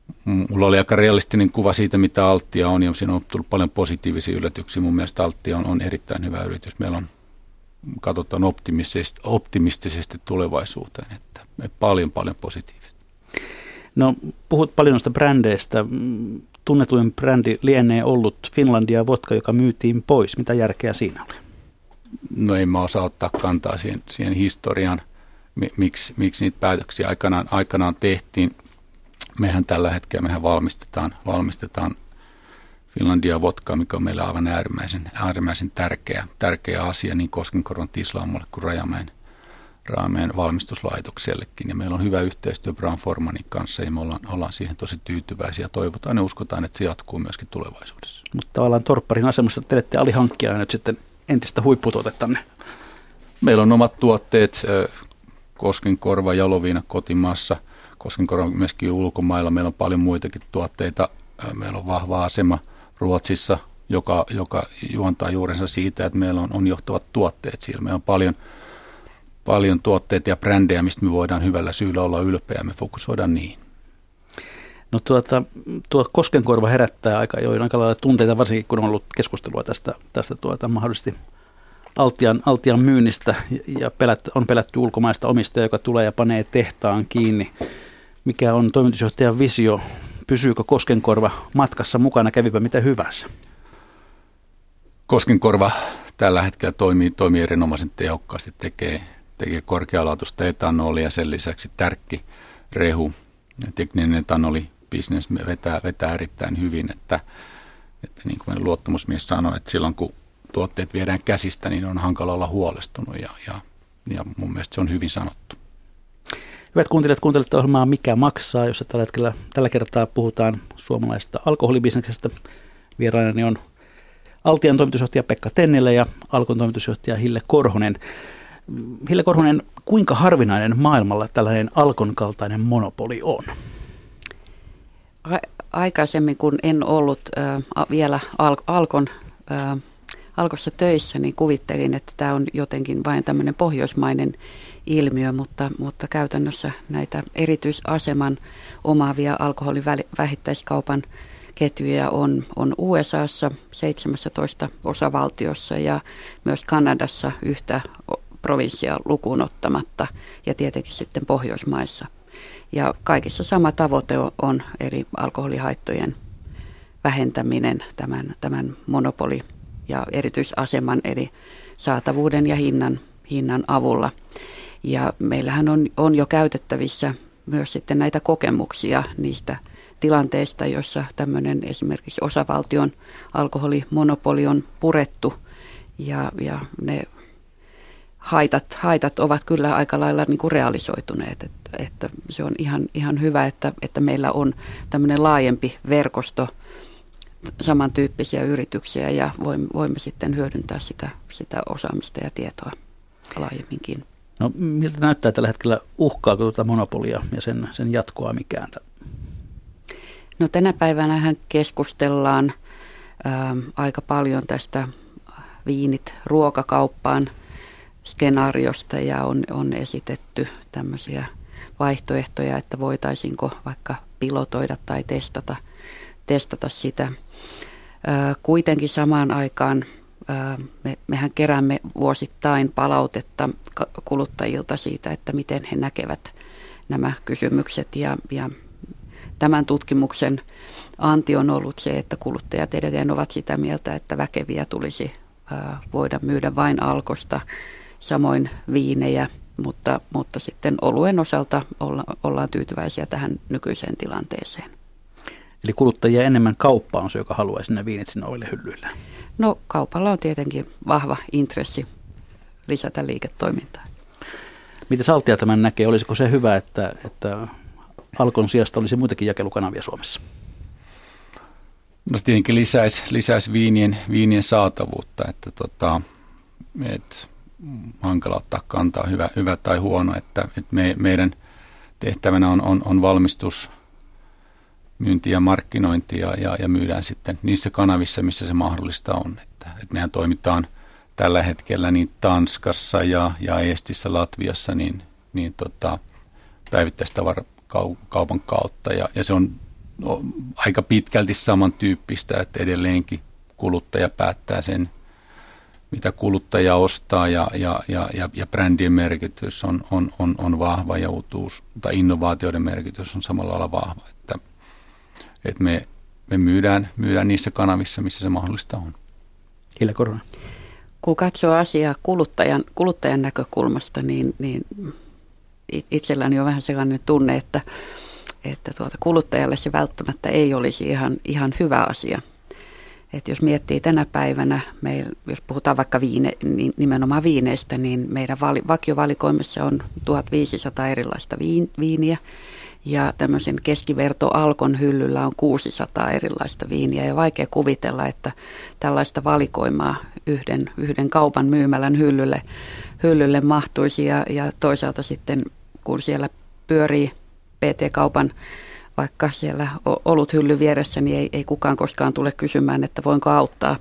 Mulla oli aika realistinen kuva siitä, mitä Altia on, ja siinä on tullut paljon positiivisia yllätyksiä. Mun mielestä Altia on erittäin hyvä yritys. Meillä on, katsotaan optimistisesti tulevaisuuteen, että paljon positiivista. No, puhut paljon noista brändeistä. Tunnetuin brändi lienee ollut Finlandia Vodka, joka myytiin pois. Mitä järkeä siinä oli? No ei mä osaa ottaa kantaa siihen historiaan, miksi niitä päätöksiä aikanaan tehtiin. Mehän tällä hetkellä valmistetaan Finlandia Vodkaa, mikä on meille aivan äärimmäisen tärkeä asia niin Koskenkorvan Tislaamolle kuin Rajamäen valmistuslaitoksellekin. Ja meillä on hyvä yhteistyö Brown Formanin kanssa ja me ollaan siihen tosi tyytyväisiä ja toivotaan ja uskotaan, että se jatkuu myöskin tulevaisuudessa. Mutta tavallaan torpparin asemassa te olette alihankkijana nyt sitten entistä huipputuotettanne. Meillä on omat tuotteet, Koskenkorva, jaloviina kotimaassa, Koskenkorva myöskin ulkomailla. Meillä on paljon muitakin tuotteita. Meillä on vahva asema Ruotsissa, joka juontaa juurensa siitä, että meillä on johtavat tuotteet siellä. Meillä on paljon tuotteita ja brändejä, mistä me voidaan hyvällä syyllä olla ylpeä. Me fokusoidaan niihin. No tuo Koskenkorva herättää aika lailla tunteita, varsinkin kun on ollut keskustelua tästä mahdollisesti Altian myynnistä ja on pelätty ulkomaista omistajaa, joka tulee ja panee tehtaan kiinni. Mikä on toimitusjohtajan visio? Pysyykö Koskenkorva matkassa mukana, kävipä mitä hyvänsä? Koskenkorva tällä hetkellä toimii erinomaisen tehokkaasti, tekee korkealaatuista etanolia ja sen lisäksi tärkki, rehu, tekninen etanoli, business vetää erittäin hyvin, että niin kuin meidän luottamusmies sanoi, että silloin kun tuotteet viedään käsistä, niin on hankala olla huolestunut ja mun mielestä se on hyvin sanottu. Hyvät kuuntelijat, kuuntelette ohjelmaa Mikä maksaa, jossa tällä kertaa puhutaan suomalaisesta alkoholibisneksestä. Vieraanani on Altian toimitusjohtaja Pekka Tennilä ja Alkon toimitusjohtaja Hille Korhonen. Hille Korhonen, kuinka harvinainen maailmalla tällainen Alkon kaltainen monopoli on? Aikaisemmin, kun en ollut vielä Alkossa töissä, niin kuvittelin, että tämä on jotenkin vain tämmöinen pohjoismainen ilmiö, mutta käytännössä näitä erityisaseman omaavia alkoholin vähittäiskaupan ketjuja on USAssa 17 osavaltiossa ja myös Kanadassa yhtä provinssia lukuun ottamatta ja tietenkin sitten Pohjoismaissa. Ja kaikissa sama tavoite on eli alkoholihaittojen vähentäminen tämän monopoli- ja erityisaseman eli saatavuuden ja hinnan avulla. Ja meillähän on jo käytettävissä myös sitten näitä kokemuksia niistä tilanteista, joissa tämmöinen esimerkiksi osavaltion alkoholimonopoli on purettu ja ne haitat ovat kyllä aika lailla niin kuin realisoituneet. Että se on ihan hyvä, että meillä on tämmöinen laajempi verkosto samantyyppisiä yrityksiä ja voimme sitten hyödyntää sitä osaamista ja tietoa laajemminkin. No miltä näyttää tällä hetkellä, uhkaako tuota monopolia ja sen jatkoa mikään? No tänä päivänähän keskustellaan aika paljon tästä viinit ruokakauppaan skenaariosta ja on esitetty tämmöisiä vaihtoehtoja, että voitaisiinko vaikka pilotoida tai testata sitä. Kuitenkin samaan aikaan mehän keräämme vuosittain palautetta kuluttajilta siitä, että miten he näkevät nämä kysymykset ja tämän tutkimuksen anti on ollut se, että kuluttajat edelleen ovat sitä mieltä, että väkeviä tulisi voida myydä vain Alkosta, samoin viinejä, mutta sitten oluen osalta ollaan tyytyväisiä tähän nykyiseen tilanteeseen. Eli kuluttajia enemmän kauppa on se, joka haluaisi ne viinit sinne oville hyllyillä? No kaupalla on tietenkin vahva intressi lisätä liiketoimintaa. Miten Altia tämän näkee? Olisiko se hyvä, että Alkon sijasta olisi muitakin jakelukanavia Suomessa? No se tietenkin lisäisi viinien saatavuutta, että hankala ottaa kantaa hyvä tai huono, että meidän tehtävänä on valmistus, myynti ja markkinointi ja myydään sitten niissä kanavissa, missä se mahdollista on. Että mehän toimitaan tällä hetkellä niin Tanskassa ja Eestissä, Latviassa niin päivittäistavarakaupan kautta ja se on aika pitkälti samantyyppistä, että edelleenkin kuluttaja päättää sen, mitä kuluttaja ostaa ja brändien merkitys on vahva ja uutuus tai innovaatioiden merkitys on samalla lailla vahva, että me myydään niissä kanavissa, missä se mahdollista on. Hilja Korhonen. Kun katsoo asiaa kuluttajan näkökulmasta, niin itselläni on vähän sellainen tunne, että kuluttajalle se välttämättä ei olisi ihan hyvä asia. Että jos miettii tänä päivänä, jos puhutaan vaikka nimenomaan viineistä, niin meidän vakiovalikoimassa on 1500 erilaista viiniä. Ja tämmöisen keskiverto Alkon hyllyllä on 600 erilaista viiniä ja vaikea kuvitella, että tällaista valikoimaa yhden kaupan myymälän hyllylle mahtuisi ja toisaalta sitten kun siellä pyörii PT-kaupan vaikka siellä oluthyllyn vieressä, niin ei kukaan koskaan tule kysymään, että voinko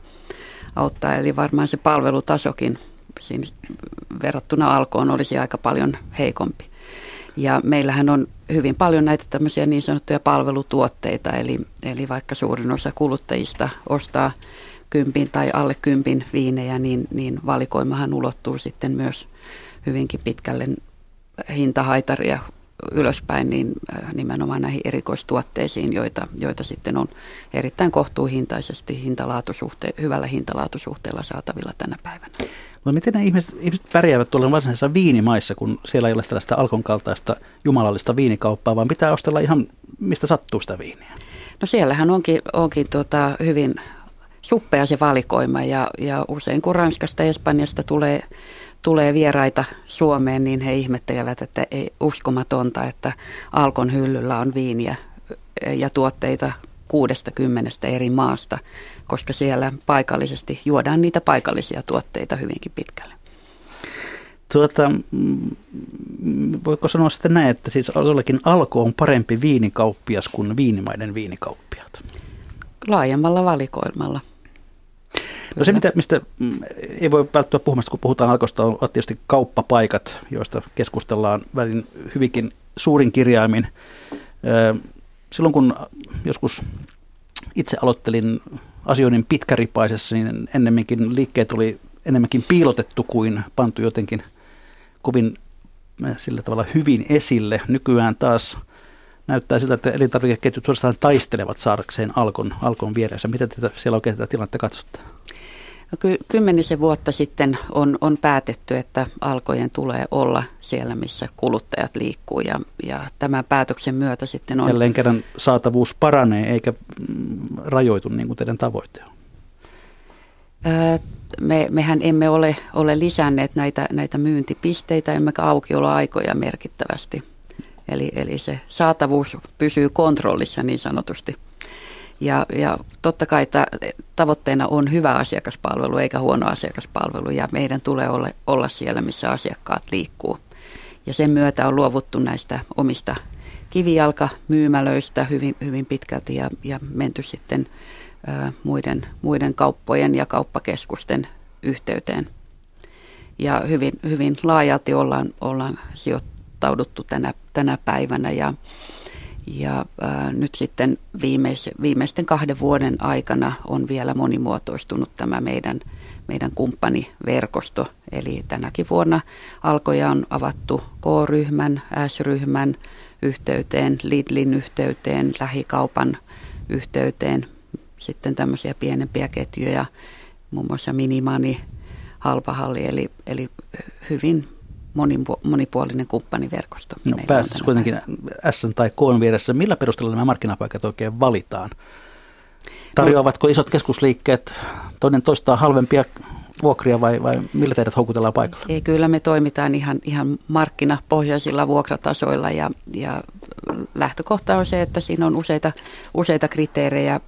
auttaa. Eli varmaan se palvelutasokin siinä verrattuna Alkoon olisi aika paljon heikompi. Ja meillähän on hyvin paljon näitä tämmöisiä niin sanottuja palvelutuotteita, eli vaikka suurin osa kuluttajista ostaa 10 tai alle 10 viinejä, niin valikoimahan ulottuu sitten myös hyvinkin pitkälle hintahaitaria ylöspäin, niin nimenomaan näihin erikoistuotteisiin, joita sitten on erittäin kohtuuhintaisesti hyvällä hintalaatusuhteella saatavilla tänä päivänä. No miten nämä ihmiset pärjäävät tuolla varsinaisissa viinimaissa, kun siellä ei ole tällaista Alkon kaltaista jumalallista viinikauppaa, vaan pitää ostella ihan mistä sattuu sitä viiniä? No siellähän onkin hyvin suppea se valikoima ja usein kun Ranskasta ja Espanjasta tulee vieraita Suomeen, niin he ihmettelevät, että ei uskomatonta, että Alkon hyllyllä on viiniä ja tuotteita 60 eri maasta, koska siellä paikallisesti juodaan niitä paikallisia tuotteita hyvinkin pitkälle. Voiko sanoa sitten näin, että siis jollakin Alko on parempi viinikauppias kuin viinimaiden viinikauppiaat? Laajemmalla valikoimalla. No se, mistä ei voi välttyä puhumasta, kun puhutaan Alkosta, on tietysti kauppapaikat, joista keskustellaan välin hyvinkin suurin kirjaimin. Silloin kun joskus itse aloittelin asioinnin pitkäripaisessa, niin ennemminkin liikkeet oli enemmänkin piilotettu kuin pantu jotenkin kovin sillä tavalla hyvin esille. Nykyään taas näyttää siltä, että elintarvikeketjut suorastaan taistelevat saadakseen Alkon vieressä. Miten te siellä oikein tätä tilannetta katsotte? No 10 vuotta sitten on päätetty, että Alkojen tulee olla siellä, missä kuluttajat liikkuu ja tämän päätöksen myötä sitten on... Jälleen kerran saatavuus paranee eikä rajoitu niin kuin teidän tavoite on. Mehän emme ole lisänneet näitä myyntipisteitä emmekä aukioloaikoja merkittävästi. Eli se saatavuus pysyy kontrollissa niin sanotusti. Ja totta kai tavoitteena on hyvä asiakaspalvelu eikä huono asiakaspalvelu ja meidän tulee olla siellä, missä asiakkaat liikkuu. Ja sen myötä on luovuttu näistä omista kivijalkamyymälöistä hyvin pitkälti ja menty sitten muiden kauppojen ja kauppakeskusten yhteyteen. Ja hyvin laajalti ollaan sijoittauduttu tänä päivänä ja nyt sitten viimeisten 2 vuoden aikana on vielä monimuotoistunut tämä meidän kumppaniverkosto. Eli tänäkin vuonna Alkoja on avattu K-ryhmän, S-ryhmän yhteyteen, Lidlin yhteyteen, lähikaupan yhteyteen. Sitten tämmöisiä pienempiä ketjuja, muun muassa Minimani, Halpahalli, eli hyvin monipuolinen kumppaniverkosto. No pääsisi kuitenkin S tai K vieressä. Millä perusteella nämä markkinapaikat oikein valitaan? Tarjoavatko isot keskusliikkeet toinen toistaan halvempia vuokria vai millä teidät houkutellaan paikalla? Ei, kyllä me toimitaan ihan markkinapohjaisilla vuokratasoilla ja lähtökohta on se, että siinä on useita kriteerejä.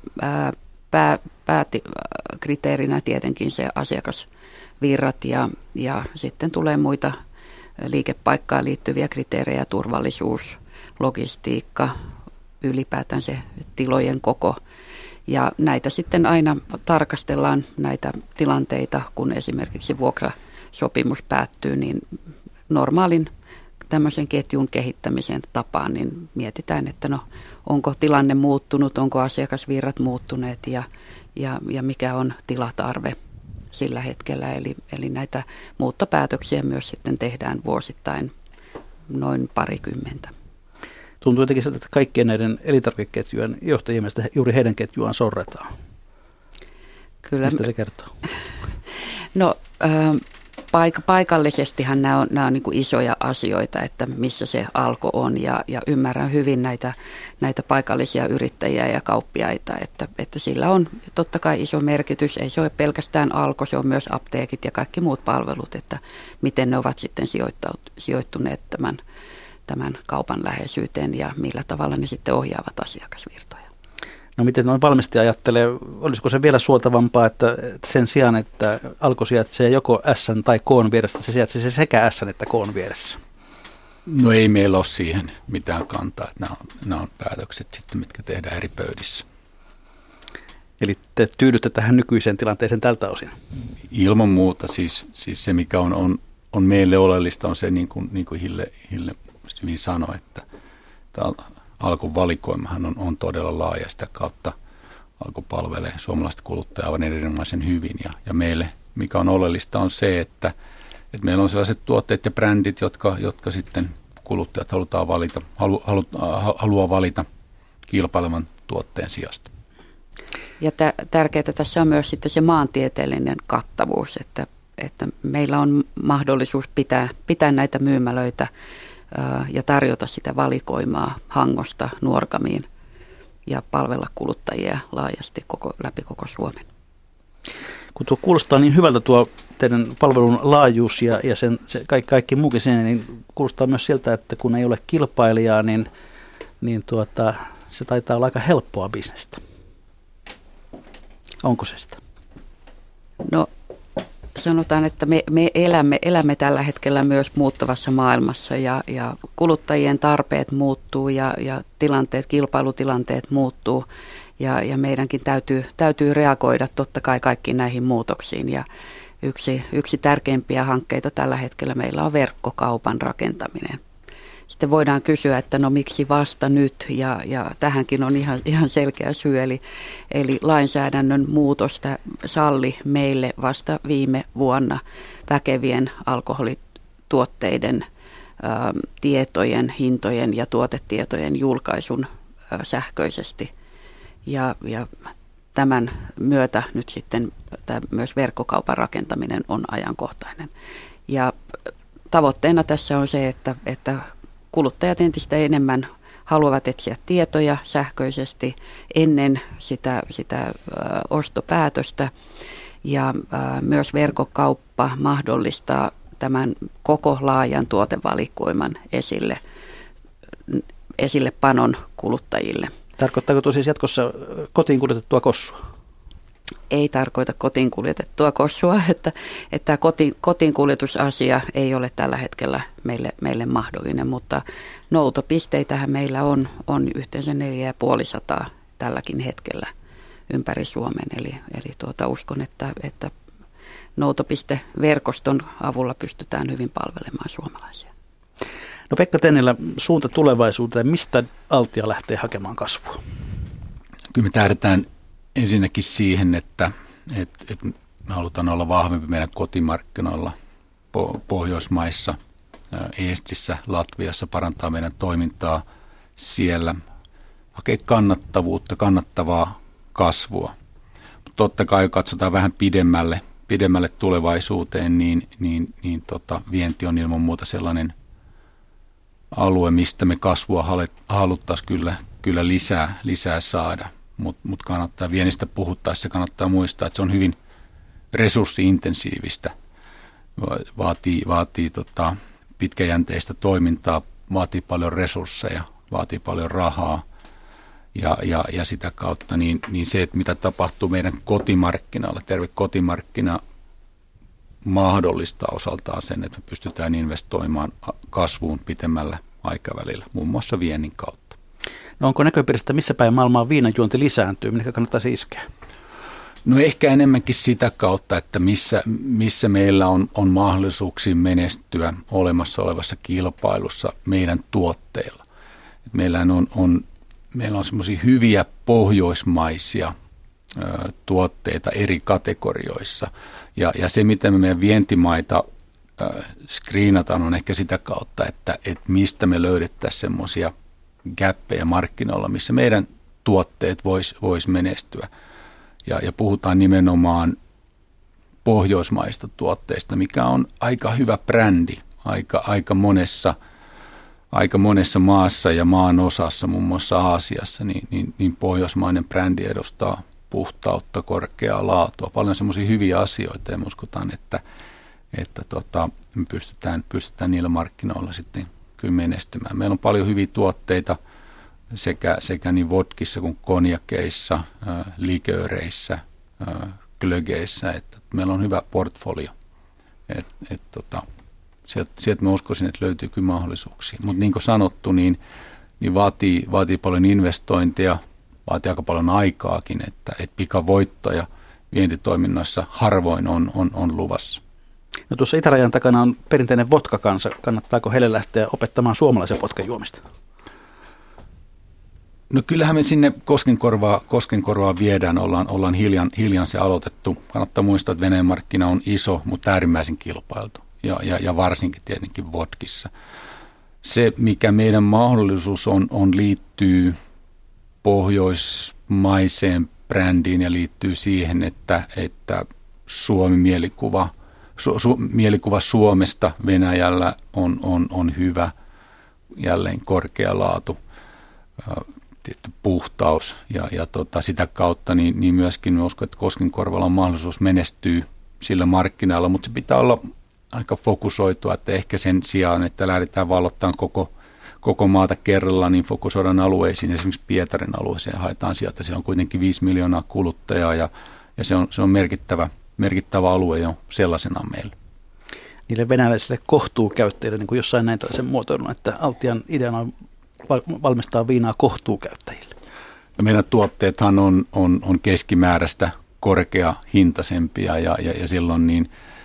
Pääkriteerinä tietenkin se asiakasvirrat ja sitten tulee muita liikepaikkaan liittyviä kriteerejä, turvallisuus, logistiikka, ylipäätään se tilojen koko. Ja näitä sitten aina tarkastellaan näitä tilanteita, kun esimerkiksi vuokrasopimus päättyy, niin normaalin tämmöisen ketjun kehittämisen tapaan, niin mietitään, että no, onko tilanne muuttunut, onko asiakasvirrat muuttuneet ja mikä on tilatarve sillä hetkellä. Eli näitä muuttopäätöksiä myös sitten tehdään vuosittain noin 20. Tuntuu jotenkin siltä, että kaikkien näiden elintarvikeketjujen johtajien mielestä juuri heidän ketjuaan sorretaan. Kyllä. Mistä se kertoo? No paikallisestihan nämä on niin kuin isoja asioita, että missä se Alko on ja ymmärrän hyvin näitä paikallisia yrittäjiä ja kauppiaita, että sillä on totta kai iso merkitys. Ei se ole pelkästään Alko, se on myös apteekit ja kaikki muut palvelut, että miten ne ovat sitten sijoittuneet tämän kaupan läheisyyteen ja millä tavalla ne sitten ohjaavat asiakasvirtoja. No miten noin valmistaja ajattelee, olisiko se vielä suotavampaa, että sen sijaan, että Alko sijaitsee joko S tai K:n vieressä, se sijaitsee sekä S että K:n vieressä? No ei meillä ole siihen mitään kantaa, että nämä on päätökset sitten, mitkä tehdään eri pöydissä. Eli te tyydytte tähän nykyiseen tilanteeseen tältä osin? Ilman muuta, siis se mikä on meille oleellista on se, niin kuin Hille hyvin sanoi, että Alkon valikoimahan on todella laaja, sitä kautta Alko palvelee suomalaista kuluttajaa aivan erinomaisen hyvin. Ja meille, mikä on oleellista, on se, että meillä on sellaiset tuotteet ja brändit, jotka sitten kuluttajat haluaa valita kilpailevan tuotteen sijasta. Ja tärkeää tässä on myös sitten se maantieteellinen kattavuus, että meillä on mahdollisuus pitää näitä myymälöitä ja tarjota sitä valikoimaa Hangosta Nuorgamiin ja palvella kuluttajia laajasti läpi koko Suomen. Kun tuo kuulostaa niin hyvältä tuo teidän palvelun laajuus ja se kaikki muukin siinä, niin kuulostaa myös siltä, että kun ei ole kilpailijaa, niin se taitaa olla aika helppoa bisnestä. Onko se sitä? No sanotaan, että me elämme tällä hetkellä myös muuttuvassa maailmassa ja kuluttajien tarpeet muuttuu ja kilpailutilanteet muuttuu ja meidänkin täytyy reagoida totta kai kaikkiin näihin muutoksiin. Ja yksi tärkeimpiä hankkeita tällä hetkellä meillä on verkkokaupan rakentaminen. Sitten voidaan kysyä, että no miksi vasta nyt, ja tähänkin on ihan selkeä syy, eli lainsäädännön muutosta salli meille vasta viime vuonna väkevien alkoholituotteiden tietojen, hintojen ja tuotetietojen julkaisun sähköisesti. Ja tämän myötä nyt sitten myös verkkokaupan rakentaminen on ajankohtainen. Ja tavoitteena tässä on se, että kuluttajat entistä enemmän haluavat etsiä tietoja sähköisesti ennen sitä ostopäätöstä ja myös verkkokauppa mahdollistaa tämän koko laajan tuotevalikoiman esille panon kuluttajille. Tarkoittaako tuo siis jatkossa kotiin kuljetettua kossua? Ei tarkoita kotiin kuljetettua kossua, että kotiin kuljetusasia ei ole tällä hetkellä meille mahdollinen, mutta noutopisteitähän meillä on yhteensä 450 tälläkin hetkellä ympäri Suomen, eli uskon, että noutopisteverkoston avulla pystytään hyvin palvelemaan suomalaisia. No Pekka Tennilä, suunta tulevaisuuteen, mistä Altia lähtee hakemaan kasvua? Kyllä me tähdetään ensinnäkin siihen, että me halutaan olla vahvempi meidän kotimarkkinoilla, Pohjoismaissa, Eestissä, Latviassa, parantaa meidän toimintaa siellä, hakea kannattavaa kasvua. Mutta totta kai katsotaan vähän pidemmälle tulevaisuuteen, niin vienti on ilman muuta sellainen alue, mistä me kasvua haluttaisiin kyllä lisää saada. Mutta kannattaa viennistä puhuttaessa kannattaa muistaa, että se on hyvin resurssi-intensiivistä, vaatii pitkäjänteistä toimintaa, vaatii paljon resursseja, vaatii paljon rahaa ja sitä kautta niin se, että mitä tapahtuu meidän kotimarkkinoilla, terve kotimarkkina mahdollistaa osaltaan sen, että me pystytään investoimaan kasvuun pitemmällä aikavälillä, muun muassa viennin kautta. No onko näköpiiristä, missä päin maailmaa viinanjuonti lisääntyy, minkä kannattaisi iskeä? No ehkä enemmänkin sitä kautta, että missä meillä on mahdollisuuksia menestyä olemassa olevassa kilpailussa meidän tuotteilla. Meillä on semmoisia hyviä pohjoismaisia tuotteita eri kategorioissa. Ja se, mitä me meidän vientimaita screenataan, on ehkä sitä kautta, että mistä me löydettäisiin semmoisia gäppejä markkinoilla, missä meidän tuotteet vois menestyä. Ja puhutaan nimenomaan pohjoismaista tuotteista, mikä on aika hyvä brändi aika monessa maassa ja maan osassa, muun muassa Aasiassa, niin pohjoismainen brändi edustaa puhtautta, korkeaa laatua, paljon semmoisia hyviä asioita, ja me uskotaan, että me pystytään niillä markkinoilla sitten kyllä menestymään. Meillä on paljon hyviä tuotteita sekä niin vodkissa kuin konjakeissa, likööreissä, glögeissä, että meillä on hyvä portfolio. Sieltä mä uskoisin, että löytyy kyllä mahdollisuuksia. Mutta niin kuin sanottu, niin vaatii paljon investointeja, vaatii aika paljon aikaakin, että pikavoittoja vientitoiminnassa harvoin on luvassa. No tuossa itärajan takana on perinteinen vodkakansa. Kannattaako heille lähteä opettamaan suomalaisen vodkan juomista? No kyllähän me sinne Koskenkorvaa viedään, ollaan hiljan se aloitettu. Kannattaa muistaa, että Venäjän markkina on iso, mutta äärimmäisen kilpailtu ja varsinkin tietenkin vodkissa. Se, mikä meidän mahdollisuus on liittyy pohjoismaiseen brändiin ja liittyy siihen, että mielikuva Suomesta Venäjällä on hyvä, jälleen korkea laatu, tietty puhtaus ja sitä kautta niin myöskin uskon, että Koskenkorvalla on mahdollisuus menestyä sillä markkinoilla, mutta se pitää olla aika fokusoitua, että ehkä sen sijaan, että lähdetään vallottamaan koko maata kerralla, niin fokusoidaan alueisiin, esimerkiksi Pietarin alueeseen haetaan sieltä. Siellä on kuitenkin 5 miljoonaa kuluttajaa ja se on merkittävä alue jo sellaisena meillä. Niille venäläisille kohtuukäyttäjille, niin kuin jossain näin toisen muotoilun, että Altian ideana on valmistaa viinaa kohtuukäyttäjille. Ja meidän tuotteethan on keskimääräistä korkeahintaisempia ja silloin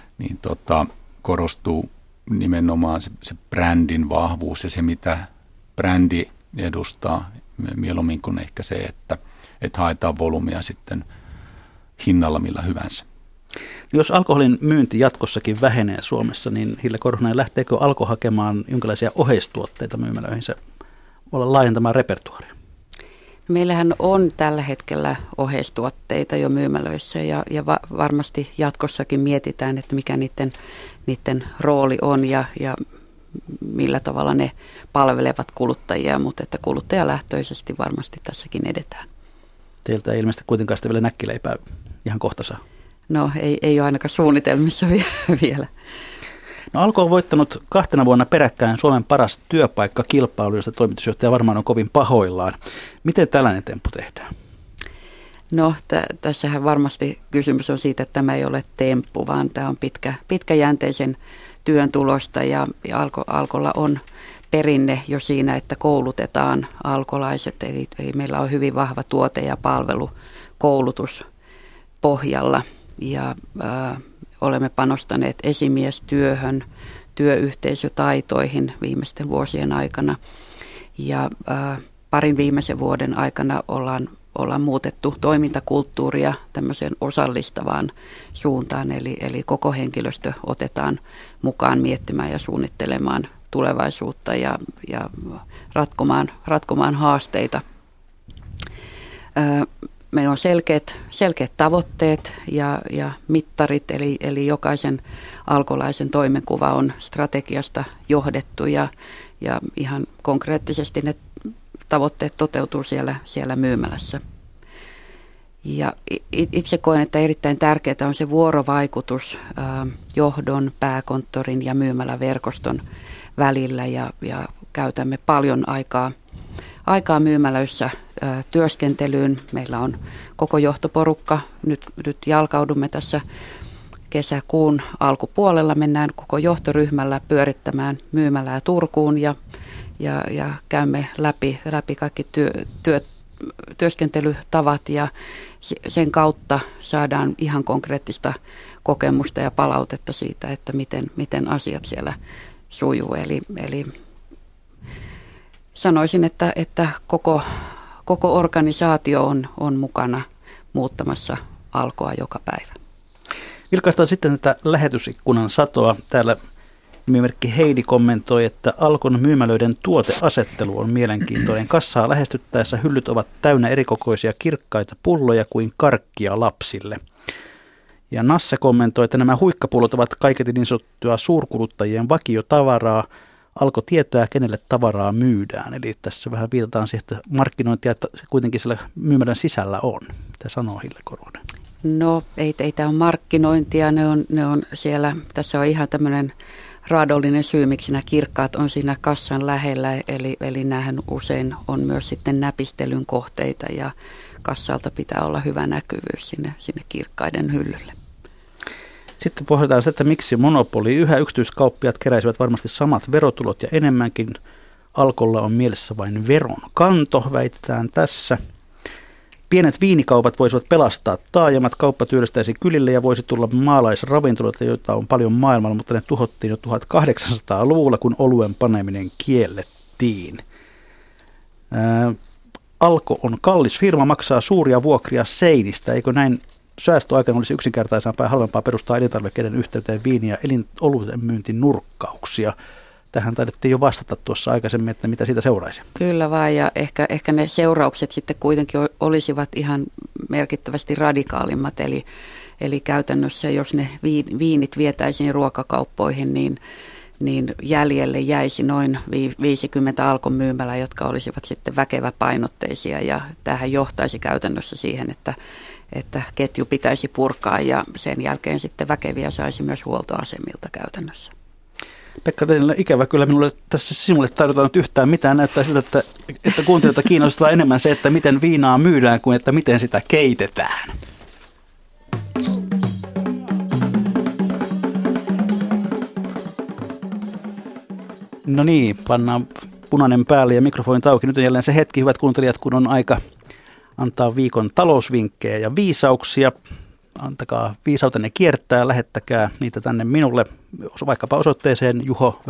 korostuu nimenomaan se brändin vahvuus ja se, mitä brändi edustaa, mieluummin kuin ehkä se, että haetaan volyymia sitten hinnalla millä hyvänsä. Jos alkoholin myynti jatkossakin vähenee Suomessa, niin Hille Korhonen, lähteekö Alko hakemaan jonkinlaisia oheistuotteita myymälöihinsä, olla laajentamaan repertuaaria? Meillähän on tällä hetkellä oheistuotteita jo myymälöissä ja varmasti jatkossakin mietitään, että mikä niiden rooli on ja millä tavalla ne palvelevat kuluttajia, mutta että kuluttajalähtöisesti varmasti tässäkin edetään. Teiltä ei ilmeisesti kuitenkaan sitä vielä näkkileipää ihan kohta saa. No ei ole ainakaan suunnitelmissa vielä. No Alko on voittanut 2 vuonna peräkkäin Suomen paras työpaikkakilpailu, josta toimitusjohtaja varmaan on kovin pahoillaan. Miten tällainen temppu tehdään? No tässähän varmasti kysymys on siitä, että tämä ei ole temppu, vaan tämä on pitkäjänteisen työn tulosta ja Alkolla on perinne jo siinä, että koulutetaan alkolaiset. Eli meillä on hyvin vahva tuote- ja palvelukoulutus pohjalla ja olemme panostaneet esimiestyöhön, työyhteisötaitoihin viimeisten vuosien aikana ja parin viimeisen vuoden aikana ollaan muutettu toimintakulttuuria tämmöiseen osallistavaan suuntaan, eli koko henkilöstö otetaan mukaan miettimään ja suunnittelemaan tulevaisuutta ja ratkomaan haasteita. Meillä on selkeät tavoitteet ja mittarit, eli jokaisen alkolaisen toimenkuva on strategiasta johdettu ja ihan konkreettisesti ne tavoitteet toteutuu siellä myymälässä. Ja itse koen, että erittäin tärkeää on se vuorovaikutus johdon, pääkonttorin ja myymäläverkoston välillä ja käytämme paljon aikaa myymälöissä työskentelyyn. Meillä on koko johtoporukka. Nyt jalkaudumme tässä kesäkuun alkupuolella. Mennään koko johtoryhmällä pyörittämään myymälää Turkuun ja käymme läpi kaikki työskentelytavat ja sen kautta saadaan ihan konkreettista kokemusta ja palautetta siitä, että miten asiat siellä sujuu. Eli sanoisin, että koko organisaatio on mukana muuttamassa Alkoa joka päivä. Vilkaistaan sitten tätä lähetysikkunan satoa. Täällä nimimerkki Heidi kommentoi, että Alkon myymälöiden tuoteasettelu on mielenkiintoinen. Kassaa lähestyttäessä hyllyt ovat täynnä erikokoisia kirkkaita pulloja kuin karkkia lapsille. Ja Nasse kommentoi, että nämä huikkapullot ovat kaiketi niin sanottua suurkuluttajien vakiotavaraa. Alko tietää, kenelle tavaraa myydään. Eli tässä vähän viitataan siihen, että markkinointia että kuitenkin siellä myymälän sisällä on. Mitä sanoo Hille Korhonen? No ei tämä ole markkinointia, ne on siellä, tässä on ihan tämmöinen raadollinen syy, miksi nämä kirkkaat on siinä kassan lähellä, eli näähän usein on myös sitten näpistelyn kohteita ja kassalta pitää olla hyvä näkyvyys sinne kirkkaiden hyllylle. Sitten pohditaan sitä, että miksi monopoli. Yhä yksityiskauppiaat keräisivät varmasti samat verotulot ja enemmänkin. Alkolla on mielessä vain veron kanto, väitetään tässä. Pienet viinikaupat voisivat pelastaa taajamat, kauppa työllistäisi kylille ja voisi tulla maalaisravintoloita, joita on paljon maailmalla, mutta ne tuhottiin jo 1800-luvulla, kun oluen paneminen kiellettiin. Alko on kallis firma, maksaa suuria vuokria seinistä, eikö näin säästöaikana olisi yksinkertaisempaa ja halvempaa perustaa elintarvikkeiden yhteyteen viiniä ja oluen myyntinurkkauksia. Tähän taidettiin jo vastata tuossa aikaisemmin, että mitä siitä seuraisi. Kyllä vaan, ja ehkä ne seuraukset sitten kuitenkin olisivat ihan merkittävästi radikaalimmat. Eli käytännössä, jos ne viinit vietäisiin ruokakauppoihin, niin jäljelle jäisi noin 50 Alkon myymälää, jotka olisivat sitten väkeväpainotteisia. Ja tämähän johtaisi käytännössä siihen, että ketju pitäisi purkaa ja sen jälkeen sitten väkeviä saisi myös huoltoasemilta käytännössä. Pekka, teille ikävä kyllä minulle tässä sinulle tarjotaan nyt yhtään mitään. Näyttää siltä, että kuuntelijoita kiinnostaa enemmän se, että miten viinaa myydään kuin että miten sitä keitetään. No niin, pannaan punainen päälle ja mikrofonit auki. Nyt on jälleen se hetki, hyvät kuuntelijat, kun on aika antaa viikon talousvinkkejä ja viisauksia. Antakaa viisautenne kiertää, lähettäkää niitä tänne minulle, vaikkapa osoitteeseen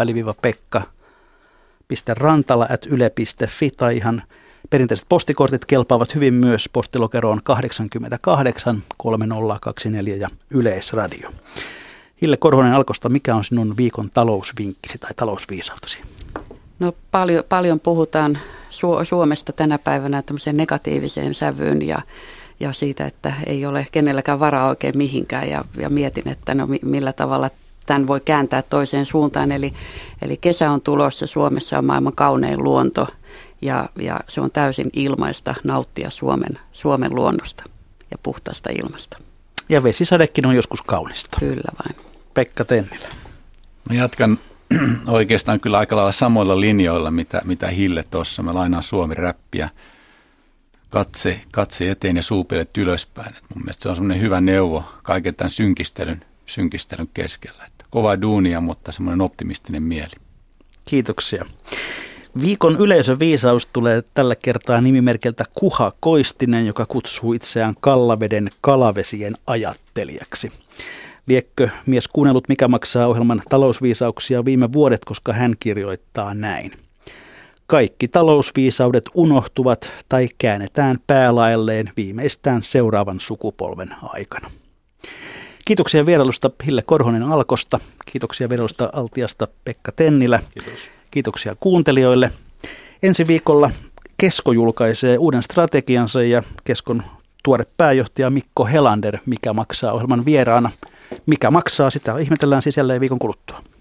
juho-pekka.rantala@yle.fi tai ihan perinteiset postikortit kelpaavat hyvin myös postilokeroon 88 3024 ja Yleisradio. Hille Korhonen Alkosta, mikä on sinun viikon talousvinkkisi tai talousviisautasi? No paljon puhutaan Suomesta tänä päivänä tämmöiseen negatiiviseen sävyyn ja siitä, että ei ole kenelläkään varaa oikein mihinkään ja mietin, että no millä tavalla tämän voi kääntää toiseen suuntaan. Eli kesä on tulossa, Suomessa on maailman kaunein luonto ja se on täysin ilmaista nauttia Suomen luonnosta ja puhtaasta ilmasta. Ja vesisadekin on joskus kaunista. Kyllä vain. Pekka Tennilä. Mä jatkan oikeastaan kyllä aika lailla samoilla linjoilla, mitä Hille tuossa. Mä lainaan Suomi-räppiä. Katse eteen ja suupielet ylöspäin. Et mun mielestä se on semmoinen hyvä neuvo kaiken tämän synkistelyn keskellä. Että kovaa duunia, mutta semmoinen optimistinen mieli. Kiitoksia. Viikon yleisöviisaus tulee tällä kertaa nimimerkeltä Kuha Koistinen, joka kutsuu itseään Kallaveden kalavesien ajattelijaksi. Liekkö mies kuunnellut Mikä maksaa -ohjelman talousviisauksia viime vuodet, koska hän kirjoittaa näin. Kaikki talousviisaudet unohtuvat tai käännetään päälaelleen viimeistään seuraavan sukupolven aikana. Kiitoksia vierailusta Hille Korhonen Alkosta. Kiitoksia vierailusta Altiasta Pekka Tennilä. Kiitos. Kiitoksia kuuntelijoille. Ensi viikolla Kesko julkaisee uuden strategiansa ja Keskon tuore pääjohtaja Mikko Helander Mikä maksaa -ohjelman vieraana. Mikä maksaa, sitä ihmetellään siis jälleen viikon kuluttua.